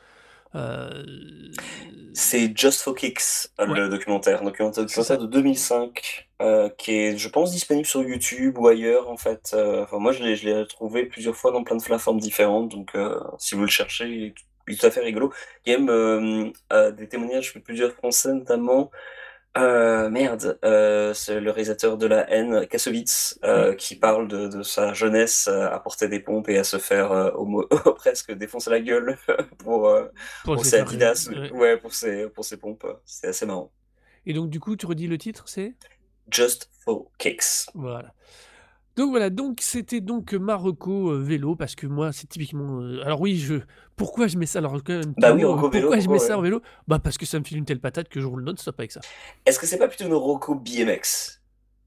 Heu, C'est Just for Kicks, ouais, le documentaire. c'est Documentaire ça. de 2005, qui est, je pense, disponible sur YouTube ou ailleurs, en fait. Enfin, moi, je l'ai trouvé plusieurs fois dans plein de plateformes différentes, donc si vous le cherchez, il est tout à fait rigolo. Il y a même des témoignages de plusieurs Français, notamment. Merde, c'est le réalisateur de La Haine, Kassovitz, Oui, qui parle de sa jeunesse à porter des pompes et à se faire presque défoncer la gueule pour, euh, pour pour se ses faire, Adidas, ouais, ouais, pour ses pompes. C'est assez marrant. et donc du coup, tu redis le titre, c'est? Just for Kicks. Voilà. Donc voilà, donc c'était donc ma reco, vélo parce que moi, c'est typiquement, alors oui, pourquoi je mets ça? Alors quand même un petit Bah oui, mot, Rocco Vélo, pourquoi je mets pourquoi, ça ouais. en vélo? Bah, parce que ça me file une telle patate que je roule non-stop avec ça. Est-ce que c'est pas plutôt une Rocco BMX?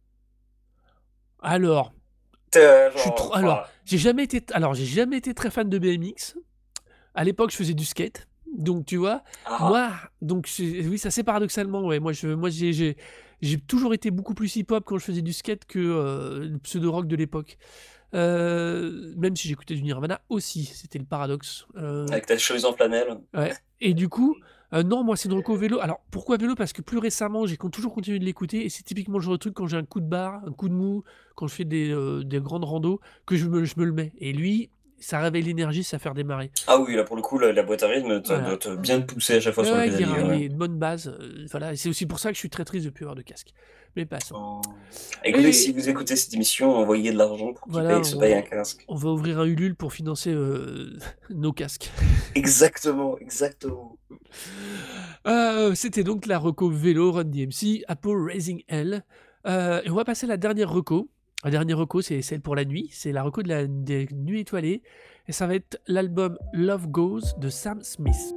Alors, je suis Genre, trop alors, enfin, j'ai jamais été très fan de BMX. À l'époque, je faisais du skate, donc tu vois? ah, Moi, donc oui, ça c'est paradoxalement, ouais, moi j'ai toujours été beaucoup plus hip-hop quand je faisais du skate que, le pseudo-rock de l'époque. Même si j'écoutais du Nirvana aussi, c'était le paradoxe. avec ta chemise en flanelle. Ouais, et du coup, non, moi c'est une reco vélo. Alors pourquoi vélo? Parce que plus récemment, toujours continué de l'écouter et c'est typiquement le genre de truc quand j'ai un coup de barre, un coup de mou, quand je fais des grandes randos, que je me le mets et lui, ça réveille l'énergie, ça fait redémarrer. Ah oui, là pour le coup, la boîte à rythme doit Voilà. te bien te pousser à chaque fois Ouais, sur le ouais, pédalier. il Ouais. est une bonne base, voilà et c'est aussi pour ça que je suis très triste de plus avoir de casque. Mais passons. Oh. Écoutez, si Et vous écoutez cette émission, envoyez de l'argent pour qu'il voilà, se paye un casque. on va ouvrir un Ulule pour financer, nos casques. Exactement, exactement. C'était donc la reco vélo Run DMC, Apple Raising Hell. Et on va passer à la dernière reco. La dernière reco, c'est celle pour la nuit. C'est la reco des nuits étoilées. Et ça va être l'album Love Goes de Sam Smith.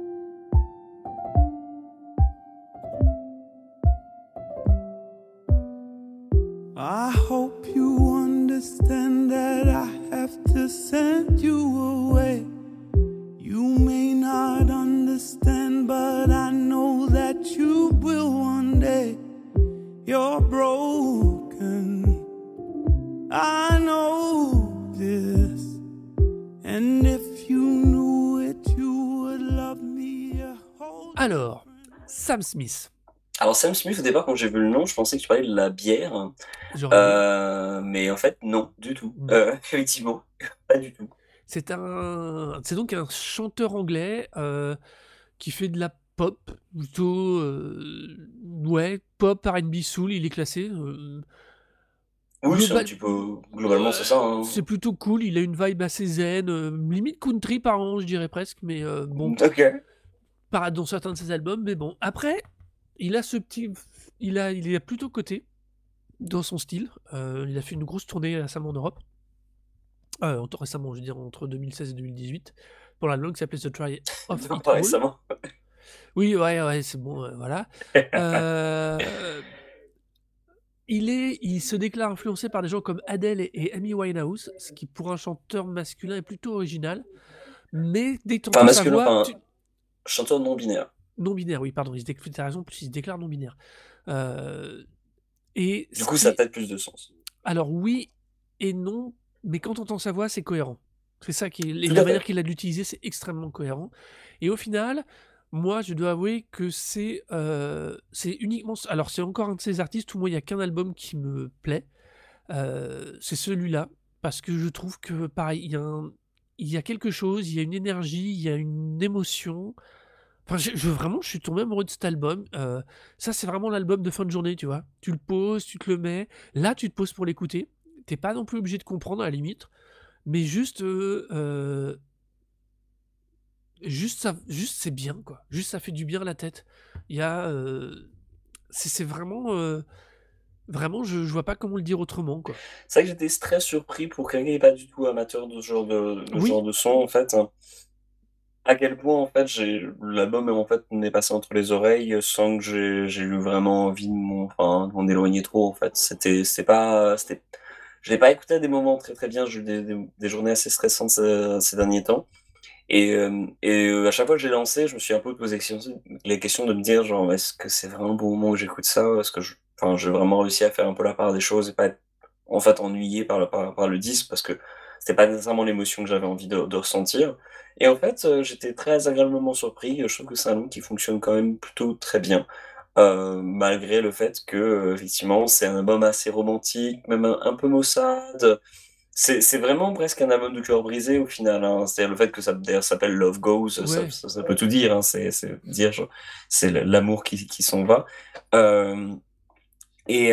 I hope you understand that I have to send you away. You may not understand, but I know that you will one day. You're broken, I know this. And if you knew it, you would love me a whole Alors, Sam Smith. Alors Sam Smith, au départ, quand j'ai vu le nom, je pensais que tu parlais de la bière. J'aurais aimé. Mais en fait, non, du tout. Non. Effectivement, pas du tout. C'est donc un chanteur anglais qui fait de la pop, plutôt, ouais, pop, R&B, soul, il est classé. Oui, c'est un Global petit peu... Globalement, c'est ça. Hein. C'est plutôt cool, il a une vibe assez zen, limite country par moment, je dirais presque, mais bon, Ok. pas dans certains de ses albums, mais bon. Après, il a ce petit il est plutôt coté dans son style, il a fait une grosse tournée récemment en Europe. Récemment, je veux dire entre 2016 et 2018, pour l'album qui s'appelait The Try of It Pas All. récemment. Oui, ouais, c'est bon, voilà. Il se déclare influencé par des gens comme Adele et Amy Winehouse, ce qui pour un chanteur masculin est plutôt original. Mais dès que Enfin, t'entends sa masculin, voix, enfin, chanteur non-binaire. non-binaire, oui, pardon, t'as raison, plus il se déclare non-binaire. Et Du ce coup, qui ça a est... peut-être plus de sens. Alors oui et non, mais quand t'entends sa voix, c'est cohérent. C'est ça qui est... Et Tout la à manière fait. qu'il a de l'utiliser, c'est extrêmement cohérent. Et au final, moi, je dois avouer que c'est uniquement... Alors, c'est encore un de ces artistes où moi, il n'y a qu'un album qui me plaît. C'est celui-là, parce que je trouve que, pareil, il y a quelque chose, il y a une énergie, il y a une émotion. Enfin, vraiment, je suis tombé amoureux de cet album. Ça, c'est vraiment l'album de fin de journée, tu vois. Tu le poses, tu te le mets. Là, tu te poses pour l'écouter. T'es pas non plus obligé de comprendre, à la limite. Mais juste c'est bien, quoi. Juste, ça fait du bien à la tête. Il y a... c'est vraiment... vraiment, je vois pas comment le dire autrement, quoi. C'est vrai que j'étais très surpris pour quelqu'un qui n'est pas du tout amateur de ce genre de Oui, genre de son, en fait. À quel point, en fait, l'album, en fait, m'est passé entre les oreilles sans que j'ai eu vraiment envie de m'en éloigner trop, en fait. Je l'ai pas écouté à des moments très très bien. J'ai eu des journées assez stressantes ces derniers temps. À chaque fois que j'ai lancé, je me suis un peu posé les questions de me dire, genre, est-ce que c'est vraiment le bon moment où j'écoute ça? Est-ce que j'ai vraiment réussi à faire un peu la part des choses et pas être, en fait, ennuyé par le disque? Parce que c'était pas nécessairement l'émotion que j'avais envie de ressentir et en fait, j'étais très agréablement surpris, je trouve que c'est un album qui fonctionne quand même plutôt très bien, malgré le fait que, effectivement, c'est un album assez romantique, même un peu maussade. C'est vraiment presque un album de cœur brisé au final, hein. C'est-à-dire le fait que ça d'ailleurs s'appelle Love Goes, Ouais. ça peut tout dire, hein. C'est dire genre, c'est l'amour qui s'en va. Hem et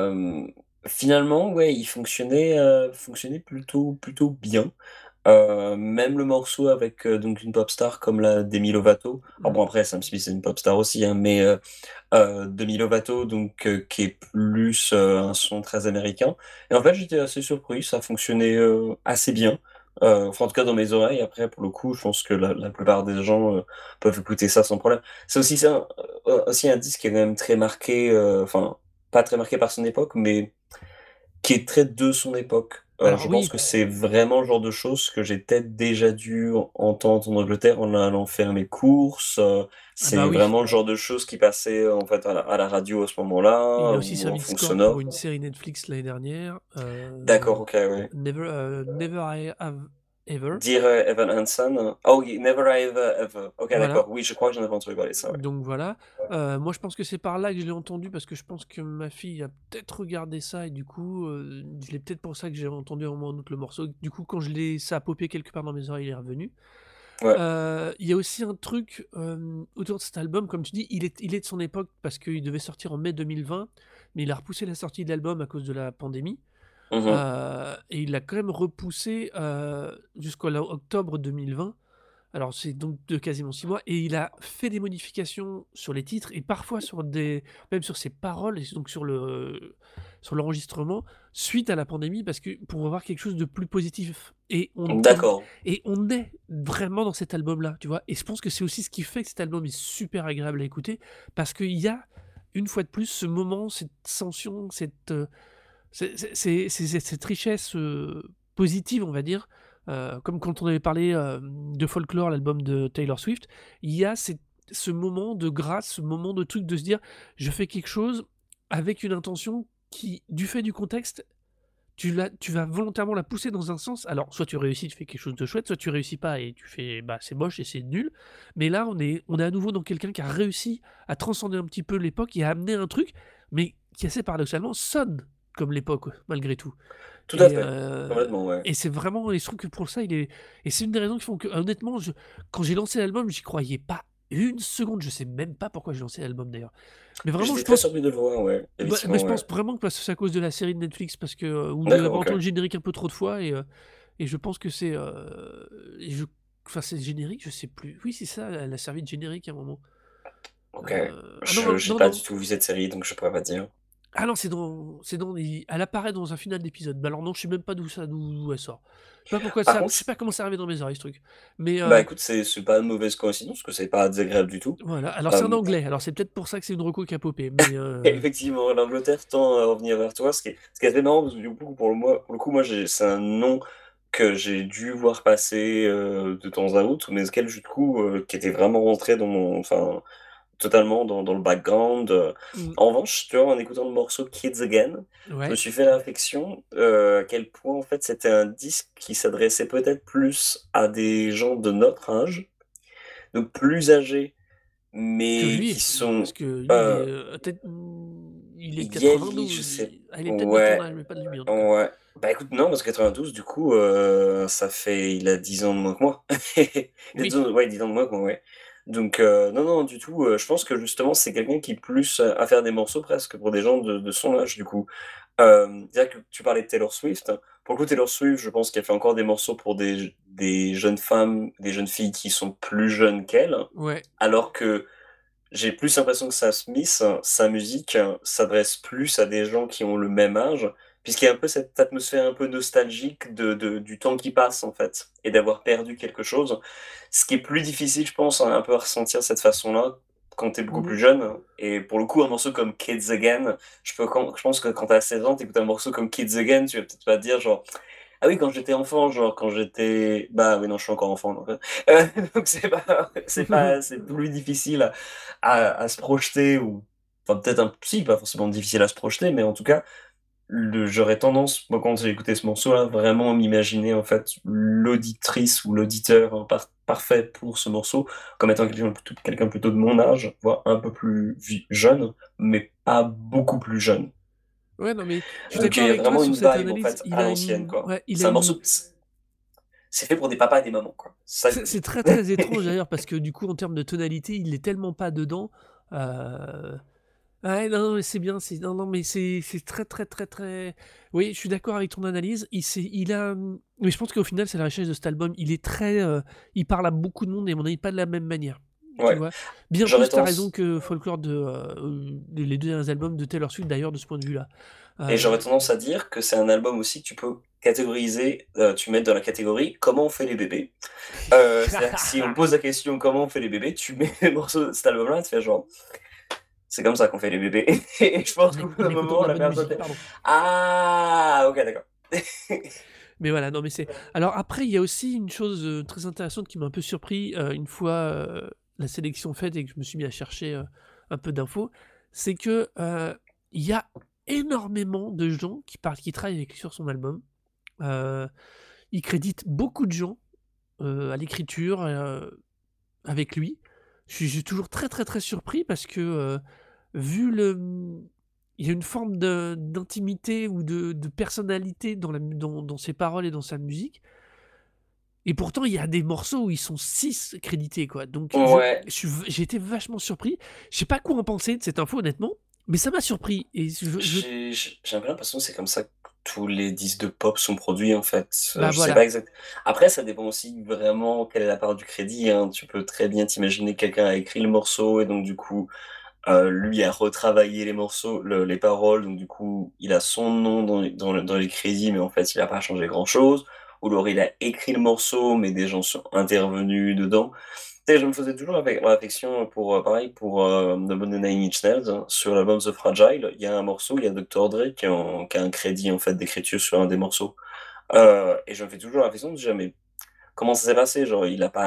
finalement, ouais, il fonctionnait plutôt bien. Même le morceau avec, donc une pop star comme la Demi Lovato. Alors Mmh. bon après Sam Smith c'est une pop star aussi, hein, mais Demi Lovato donc qui est plus, un son très américain et en fait j'étais assez surpris, ça fonctionnait, assez bien. Enfin en tout cas dans mes oreilles. Après pour le coup, je pense que la plupart des gens, peuvent écouter ça sans problème. C'est aussi ça, aussi un disque qui est quand même très marqué, enfin pas très marqué par son époque, mais qui est très de son époque. Alors Je pense oui, que c'est vraiment le genre de choses que j'ai peut-être déjà dû entendre en Angleterre en allant faire mes courses, ah bah c'est oui, vraiment le genre de choses qui passaient, en fait, à la radio à ce il moment-là, a aussi ou en servi de fond score pour sonore. une série Netflix l'année dernière, D'accord, OK, ouais. Never I Have Ever. Dear, Evan Hansen, oh oui, Never I Ever Ever. OK, Voilà. d'accord, oui, je crois que j'en avais entendu parler de ça, ouais. Donc voilà, moi je pense que c'est par là que je l'ai entendu parce que je pense que ma fille a peut-être regardé ça et du coup, je l'ai peut-être pour ça que j'ai entendu un moment ou un autre le morceau. Du coup, quand je l'ai ça a popé quelque part dans mes oreilles, il est revenu. Ouais. Il y a aussi un truc, autour de cet album, comme tu dis, il est de son époque parce qu'il devait sortir en mai 2020, mais il a repoussé la sortie de l'album à cause de la pandémie, Mmh mh. et il l'a quand même repoussé, jusqu'à la octobre 2020. Alors c'est donc de quasiment 6 mois et il a fait des modifications sur les titres et parfois sur des même sur ses paroles et donc sur l'enregistrement suite à la pandémie parce que pour avoir quelque chose de plus positif D'accord. et on est vraiment dans cet album-là, tu vois? Et je pense que c'est aussi ce qui fait que cet album est super agréable à écouter parce qu'il y a, une fois de plus, ce moment, cette tension, cette richesse, positive, on va dire, comme quand on avait parlé, de Folklore, l'album de Taylor Swift, il y a ce moment de grâce, ce moment de truc de se dire: «Je fais quelque chose avec une intention qui, du fait du contexte, tu vas volontairement la pousser dans un sens». Alors, soit tu réussis, tu fais quelque chose de chouette, soit tu réussis pas et tu fais: «Bah, c'est moche et c'est nul». Mais là, on est à nouveau dans quelqu'un qui a réussi à transcender un petit peu l'époque et à amener un truc, mais qui assez paradoxalement sonne comme l'époque, malgré tout. Tout à Et fait. Complètement, ouais. c'est vraiment et je trouve que pour ça, il est et c'est une des raisons qui font que honnêtement, quand j'ai lancé l'album, j'y croyais pas une seconde. Je sais même pas pourquoi j'ai lancé l'album d'ailleurs. Mais vraiment, J'étais je très pense surpris de le voir, ouais, mais effectivement, je ouais. pense vraiment que parce que c'est à cause de la série de Netflix parce que, où D'accord, d'avoir OK. entendu le générique un peu trop de fois et je pense que c'est, et je enfin c'est le générique, je sais plus. Oui, c'est ça, elle a servi de générique à un moment. OK. Ah non, non, J'ai non, pas du non. tout vu cette série, donc je pourrais pas dire. Ah non, c'est dans elle apparaît dans un final d'épisode. Mais alors non, je sais même pas d'où elle sort. Je sais pas pourquoi Par ça je sais contre, pas comment c'est arrivé dans mes oreilles ce truc. Mais bah, écoute, c'est pas une mauvaise coïncidence, parce que c'est pas désagréable du tout. voilà, alors c'est en Hem, anglais, alors c'est peut-être pour ça que c'est une reco qui a popé, mais Effectivement, l'Angleterre tend à revenir vers toi, ce qui est assez marrant parce que du coup, pour le coup, moi, c'est un nom que j'ai dû voir passer, de temps à autre, mais lequel du coup, qui était vraiment rentré dans mon enfin, totalement dans le background. mmh, En revanche, tu vois, en écoutant le morceau Kids Again, je me ouais, suis fait la réflexion, à quel point, en fait, c'était un disque qui s'adressait peut-être plus à des gens de notre âge, donc plus âgés, que mais lui qui parce sont, que lui il est, heu, peut-être, il est de Yali, je 92, sais, il est peut-être de ton ouais, âge, mais pas de lui en tout cas. ouais. Bah, écoute, non, parce que 92, du coup, ça fait il a 10 ans de moins que moi. Il a 10 Oui, ans, ouais, 10 ans de moins que moi, ouais. Donc, non, non, du tout, je pense que justement, c'est quelqu'un qui est plus, à faire des morceaux presque pour des gens de son âge, du coup. C'est-à-dire que tu parlais de Taylor Swift. Pour le coup, Taylor Swift, je pense qu'elle fait encore des morceaux pour des jeunes femmes, des jeunes filles qui sont plus jeunes qu'elle, ouais, alors que j'ai plus l'impression que Sam Smith, sa musique, s'adresse plus à des gens qui ont le même âge, puisqu'il y a un peu cette atmosphère un peu nostalgique du temps qui passe, en fait, et d'avoir perdu quelque chose. Ce qui est plus difficile, je pense, un peu à ressentir de cette façon-là, quand tu es beaucoup mmh plus jeune. Et pour le coup, un morceau comme Kids Again, je pense que quand tu as 16 ans, tu écoutes un morceau comme Kids Again, tu vas peut-être pas te dire genre: «Ah oui, quand j'étais enfant», genre quand j'étais bah oui, non, je suis encore enfant, donc donc c'est plus difficile à se projeter ou enfin peut-être un si, pas forcément difficile à se projeter, mais en tout cas, j'aurais tendance, moi, quand j'ai écouté ce morceau-là, vraiment m'imaginer, en fait, l'auditrice ou l'auditeur parfait pour ce morceau, comme étant quelqu'un plutôt de mon âge, voire un peu plus jeune, mais pas beaucoup plus jeune. Ouais, non, mais je suis Donc, d'accord il y a avec toi vraiment sur une cette vibe, en analyse. fait, Il à a l'ancienne, une, quoi. ouais, il C'est a un une. morceau, c'est fait pour des papas et des mamans, quoi. C'est ça que je C'est veux c'est dire. très très étrange d'ailleurs parce que du coup en termes de tonalité, il est tellement pas dedans. Euh, Ouais, non, non, mais c'est bien. Non, non, mais c'est très très très très. Oui, je suis d'accord avec ton analyse. Il a. Mais je pense qu'au final, c'est la richesse de cet album. Il est très. Il parle à beaucoup de monde et à mon avis pas de la même manière. Tu Ouais. vois. Bien J'aurais plus, t'as raison tendance, que Folklore les deux derniers albums de Taylor Swift d'ailleurs de ce point de vue-là. et Euh, j'aurais tendance à dire que c'est un album aussi que tu peux catégoriser, tu mets dans la catégorie comment on fait les bébés. C'est-à-dire que si on pose la question comment on fait les bébés, tu mets les morceaux de cet album-là, tu fais genre, c'est comme ça qu'on fait les bébés. Et je pense qu'au bout en d'un écoutant de moment, la la bonne personne musique, fait, pardon. ah, ok, d'accord. Mais voilà, non, mais c'est. Alors après, il y a aussi une chose très intéressante qui m'a un peu surpris une fois la sélection faite et que je me suis mis à chercher un peu d'infos, c'est que il y a énormément de gens qui travaillent avec lui sur son album. Euh, il crédite beaucoup de gens à l'écriture avec lui. Je suis toujours très très très surpris parce que vu le il y a une forme d'intimité ou de personnalité dans ses paroles et dans sa musique. Et pourtant, il y a des morceaux où ils sont 6 crédités, quoi. Donc, Ouais, j'ai été vachement surpris. Je sais pas quoi en penser de cette info, honnêtement, mais ça m'a surpris. Et j'ai un peu l'impression que c'est comme ça que tous les disques de pop sont produits, en fait. bah Je sais pas voilà. exact. Après, ça dépend aussi vraiment quelle est la part du crédit, hein. Tu peux très bien t'imaginer que quelqu'un a écrit le morceau et donc du coup, lui a retravaillé les morceaux, les paroles, donc du coup, il a son nom dans les crédits, mais en fait, il a pas changé grand-chose. Ou alors, il a écrit le morceau, mais des gens sont intervenus dedans. Tu sais, je me faisais toujours la réflexion pour, pareil, pour The Monday Nine Inch Nails, hein, sur l'album The Fragile, il y a un morceau, il y a Dr. Dre qui a un crédit en fait d'écriture sur un des morceaux. Et je me fais toujours la réflexion de dire, mais comment ça s'est passé? Genre,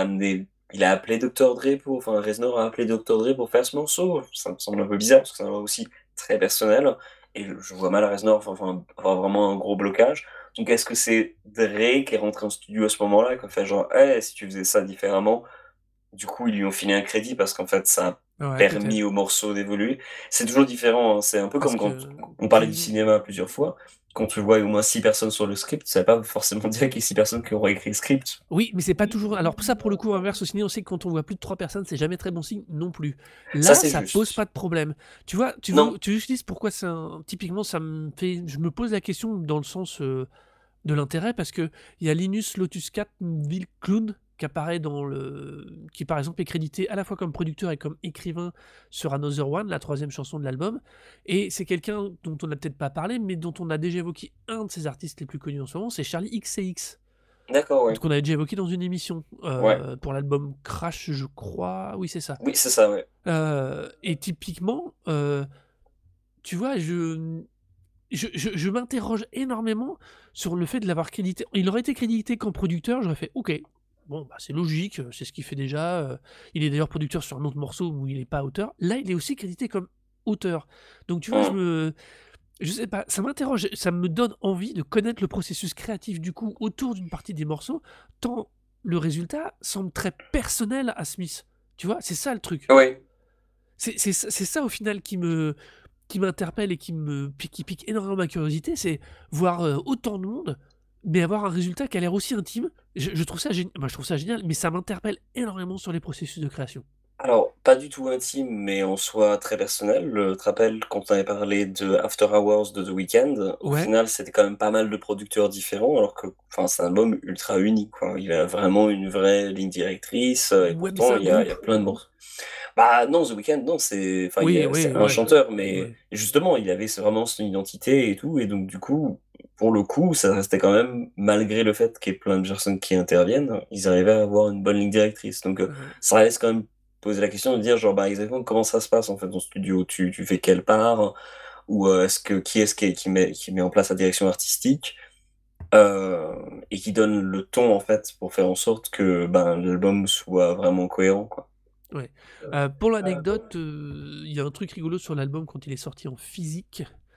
il a appelé Dr. Dre enfin, Reznor a appelé Dr. Dre pour faire ce morceau. Ça me semble un peu bizarre parce que c'est un aussi très personnel. Et je vois mal Reznor avoir vraiment un gros blocage. Donc, est-ce que c'est Dre qui est rentré en studio à ce moment-là, qui a fait genre, hey, si tu faisais ça différemment, du coup, ils lui ont filé un crédit parce qu'en fait, ça a Ouais, permis peut-être. au morceau d'évoluer. C'est toujours différent, hein. C'est un peu Parce comme quand que on parlait du tu. cinéma plusieurs fois. Quand tu vois au moins 6 personnes sur le script, ça veut pas forcément dire qu'il y a 6 personnes qui auraient écrit le script. Oui, mais c'est pas toujours. Alors, ça, pour le coup, inverse au ciné, on sait que quand on voit plus de 3 personnes, c'est jamais très bon signe non plus. Ça, Là, c'est ça pose pas juste. de problème. Tu vois, Non, tu utilises pourquoi typiquement, ça me fait. Je me pose la question dans le sens de l'intérêt parce que il y a Linus Lotus 4 Will Clown qui apparaît qui par exemple est crédité à la fois comme producteur et comme écrivain sur Another One, la 3e chanson de l'album, et c'est quelqu'un dont on n'a peut-être pas parlé mais dont on a déjà évoqué un de ses artistes les plus connus en ce moment, c'est Charlie XCX, d'accord, ouais. qu'on avait déjà évoqué dans une émission Ouais. pour l'album Crash, je crois, oui c'est ça. Oui, c'est ça, ouais. Et typiquement, tu vois, je m'interroge énormément sur le fait de l'avoir crédité. Il aurait été crédité qu'en producteur, j'aurais fait OK. Bon, bah, c'est logique, c'est ce qu'il fait déjà. Il est d'ailleurs producteur sur un autre morceau où il n'est pas auteur. Là, il est aussi crédité comme auteur. Donc, tu vois, Hum. je sais pas, ça m'interroge, ça me donne envie de connaître le processus créatif du coup autour d'une partie des morceaux, tant le résultat semble très personnel à Smith. Tu vois, c'est ça le truc. Ouais. C'est ça au final qui m'interpelle et qui pique énormément ma curiosité, c'est voir autant de monde, mais avoir un résultat qui a l'air aussi intime. Je trouve ça génial. Moi, je trouve ça génial, mais ça m'interpelle énormément sur les processus de création. Alors, pas du tout intime, mais en soi très personnel. Tu te rappelles quand on avait parlé de After Hours de The Weeknd, au Ouais, final, c'était quand même pas mal de producteurs différents, alors que, enfin, c'est un album ultra unique, quoi. Il a vraiment une vraie ligne directrice, et ouais, mais c'est pourtant, un il y groupe. a plein de morceaux. Bah non, The Weeknd, non, enfin, Oui, c'est oui, un ouais, chanteur, mais ouais. justement, il avait vraiment son identité et tout, et donc du coup, pour le coup, ça restait quand même, malgré le fait qu'il y ait plein de personnes qui interviennent, ils arrivaient à avoir une bonne ligne directrice. Donc Ouais. ça laisse quand même poser la question de dire, genre, bah exactement comment ça se passe en fait dans le studio, tu fais quelle part, ou qui est-ce qui met en place la direction artistique, euh, et qui donne le ton en fait pour faire en sorte que ben, l'album soit vraiment cohérent, quoi. Ouais. Pour l'anecdote, il y a un truc rigolo sur l'album quand il est sorti en physique.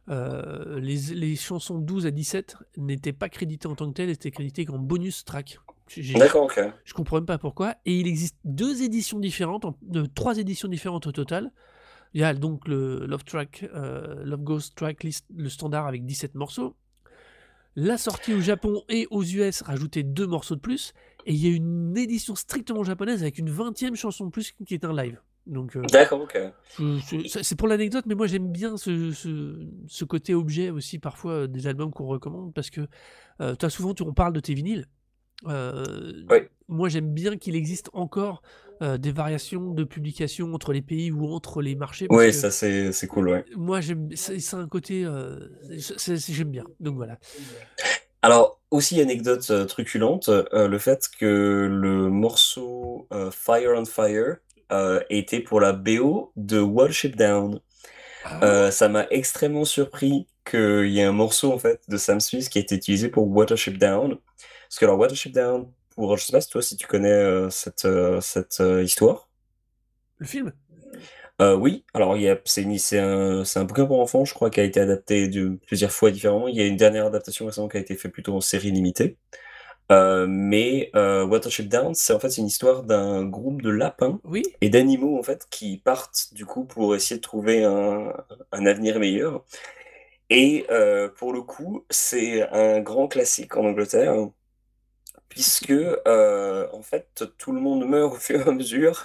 Les chansons 12 à 17 n'étaient pas créditées en tant que telles, elles étaient créditées qu'en bonus track. D'accord, ok. Je comprends même pas pourquoi. Et il existe 3 éditions différentes au total. Il y a donc le Love Ghost Track List, le standard avec 17 morceaux. La sortie au Japon et aux US rajoutait 2 morceaux de plus. Et il y a une édition strictement japonaise avec une 20e chanson de plus qui est un live. Donc, D'accord, ok. c'est pour l'anecdote, mais moi j'aime bien ce côté objet aussi parfois des albums qu'on recommande parce que souvent on parle de tes vinyles. Oui. Moi j'aime bien qu'il existe encore des variations de publication entre les pays ou entre les marchés. Parce Oui, que ça c'est cool, ouais. moi c'est un côté j'aime bien. Donc voilà. Alors, aussi anecdote truculente, le fait que le morceau Fire on Fire était pour la BO de Watership Down. Ça m'a extrêmement surpris qu'il y ait un morceau en fait de Sam Smith qui a été utilisé pour Watership Down. Parce que alors Watership Down, je sais pas si tu connais cette histoire. Le film? Oui, alors c'est un bouquin pour enfants, je crois, qui a été adapté plusieurs fois différemment. Il y a une dernière adaptation récemment qui a été faite plutôt en série limitée. Mais Watership Down, c'est en fait une histoire d'un groupe de lapins Oui. et d'animaux en fait qui partent du coup pour essayer de trouver un avenir meilleur. Et pour le coup, c'est un grand classique en Angleterre, puisque en fait tout le monde meurt au fur et à mesure.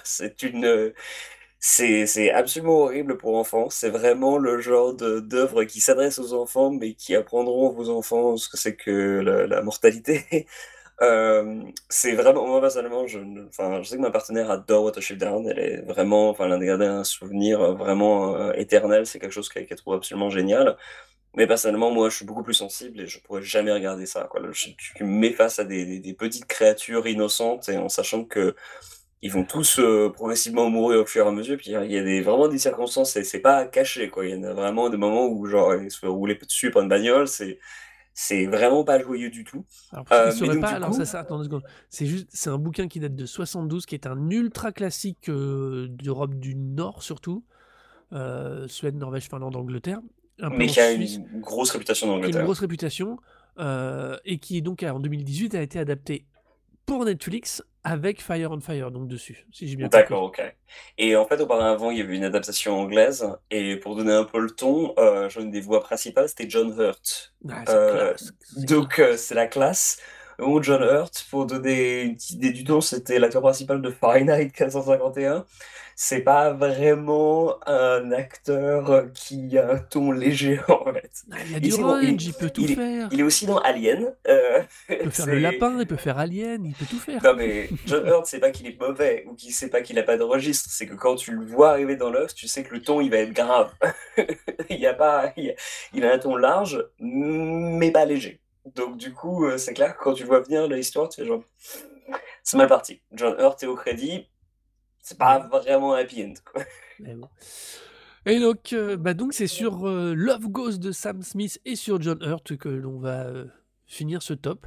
C'est absolument horrible pour enfants. C'est vraiment le genre d'œuvre qui s'adresse aux enfants, mais qui apprendront aux enfants ce que c'est que la mortalité. C'est vraiment, moi personnellement, je sais que ma partenaire adore Watership Down. Elle est vraiment, elle en a gardé un souvenir vraiment éternel. C'est quelque chose qu'elle trouve absolument génial. Mais personnellement, moi, je suis beaucoup plus sensible et je pourrais jamais regarder ça, quoi. Tu me mets face à des petites créatures innocentes et en sachant que ils vont tous progressivement mourir au fur et à mesure. Puis il y a vraiment des circonstances, et c'est pas caché, quoi. Il y en a vraiment des moments où genre ils se font rouler dessus par une bagnole. C'est vraiment pas joyeux du tout. Alors, pour ceux qui Mais sauraient donc, pas, du alors coup, ça, attends 2 secondes. C'est un bouquin qui date de 72, qui est un ultra classique d'Europe du Nord surtout. Suède, Norvège, Finlande, Angleterre. Un peu mais en qui a Suisse. une grosse réputation en Qui a une Angleterre. grosse réputation. Et qui donc en 2018 a été adapté pour Netflix avec Fire on Fire donc dessus, si j'ai bien compris. D'accord, ok. Et en fait, auparavant, il y avait une adaptation anglaise, et pour donner un peu le ton, une des voix principales, c'était John Hurt. Ah, c'est classe. Donc, c'est la classe. Bon, John Hurt, pour donner une petite idée du ton, c'était l'acteur principal de Fahrenheit 451. C'est pas vraiment un acteur qui a un ton léger, en fait. Il a du Ici, range, il peut tout faire. Il est aussi dans Alien. Il peut faire le lapin, il peut faire Alien, il peut tout faire. Non mais John Hurt, c'est pas qu'il est mauvais ou qu'il sait pas qu'il a pas de registre, c'est que quand tu le vois arriver dans l'œuvre, tu sais que le ton il va être grave. Il a un ton large, mais pas léger. Donc du coup, c'est clair que quand tu vois venir l'histoire, tu fais genre, c'est mal parti. John Hurt est au crédit, c'est pas vraiment un happy end, quoi. Bon. Et donc c'est sur Love Ghost de Sam Smith et sur John Hurt que l'on va finir ce top.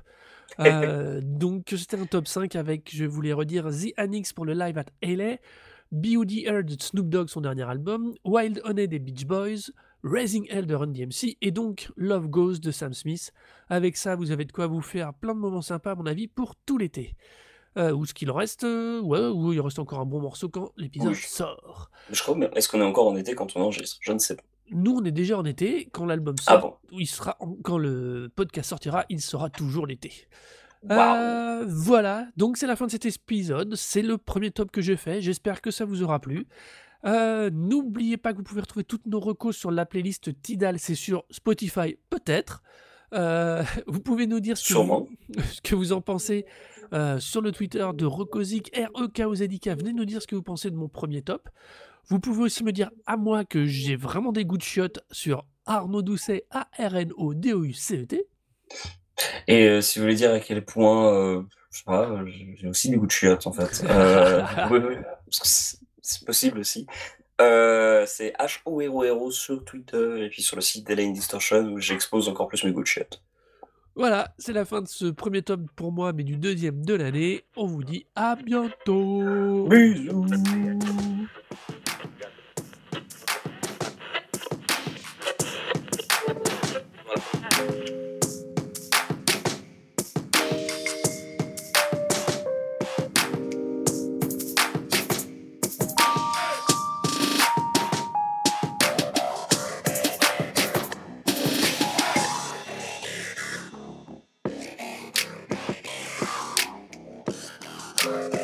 Donc c'était un top 5 avec, je voulais redire, The Annex pour le Live at LA, B.O.D. Earth de Snoop Dogg, son dernier album, Wild Honey des Beach Boys, Raising Hell de Run DMC et donc Love Ghost de Sam Smith. Avec ça, vous avez de quoi vous faire plein de moments sympas à mon avis pour tout l'été. Ou ce qu'il en reste, ou il reste encore un bon morceau quand l'épisode sort. Je crois, mais est-ce qu'on est encore en été quand on enregistre? Je ne sais pas. Nous, on est déjà en été. Quand l'album sort, bon. Quand le podcast sortira, il sera toujours l'été. Wow. Voilà, donc c'est la fin de cet épisode. C'est le premier top que j'ai fait. J'espère que ça vous aura plu. N'oubliez pas que vous pouvez retrouver toutes nos recos sur la playlist Tidal. C'est sur Spotify, peut-être. Vous pouvez nous dire ce que vous en pensez sur le Twitter de Rekozik, REKOZIK. Venez nous dire ce que vous pensez de mon premier top. Vous pouvez aussi me dire à moi que j'ai vraiment des goûts de chiottes sur Arnaud Doucet, ARNODOUCET. Et si vous voulez dire à quel point, je sais pas, j'ai aussi des goûts de chiottes en fait. Oui, c'est possible aussi. C'est HORORO sur Twitter et puis sur le site d'Elaine Distortion où j'expose encore plus mes goûts de chiottes. Voilà, c'est la fin de ce premier top pour moi, mais du deuxième de l'année. On vous dit à bientôt. Bisous. Bye.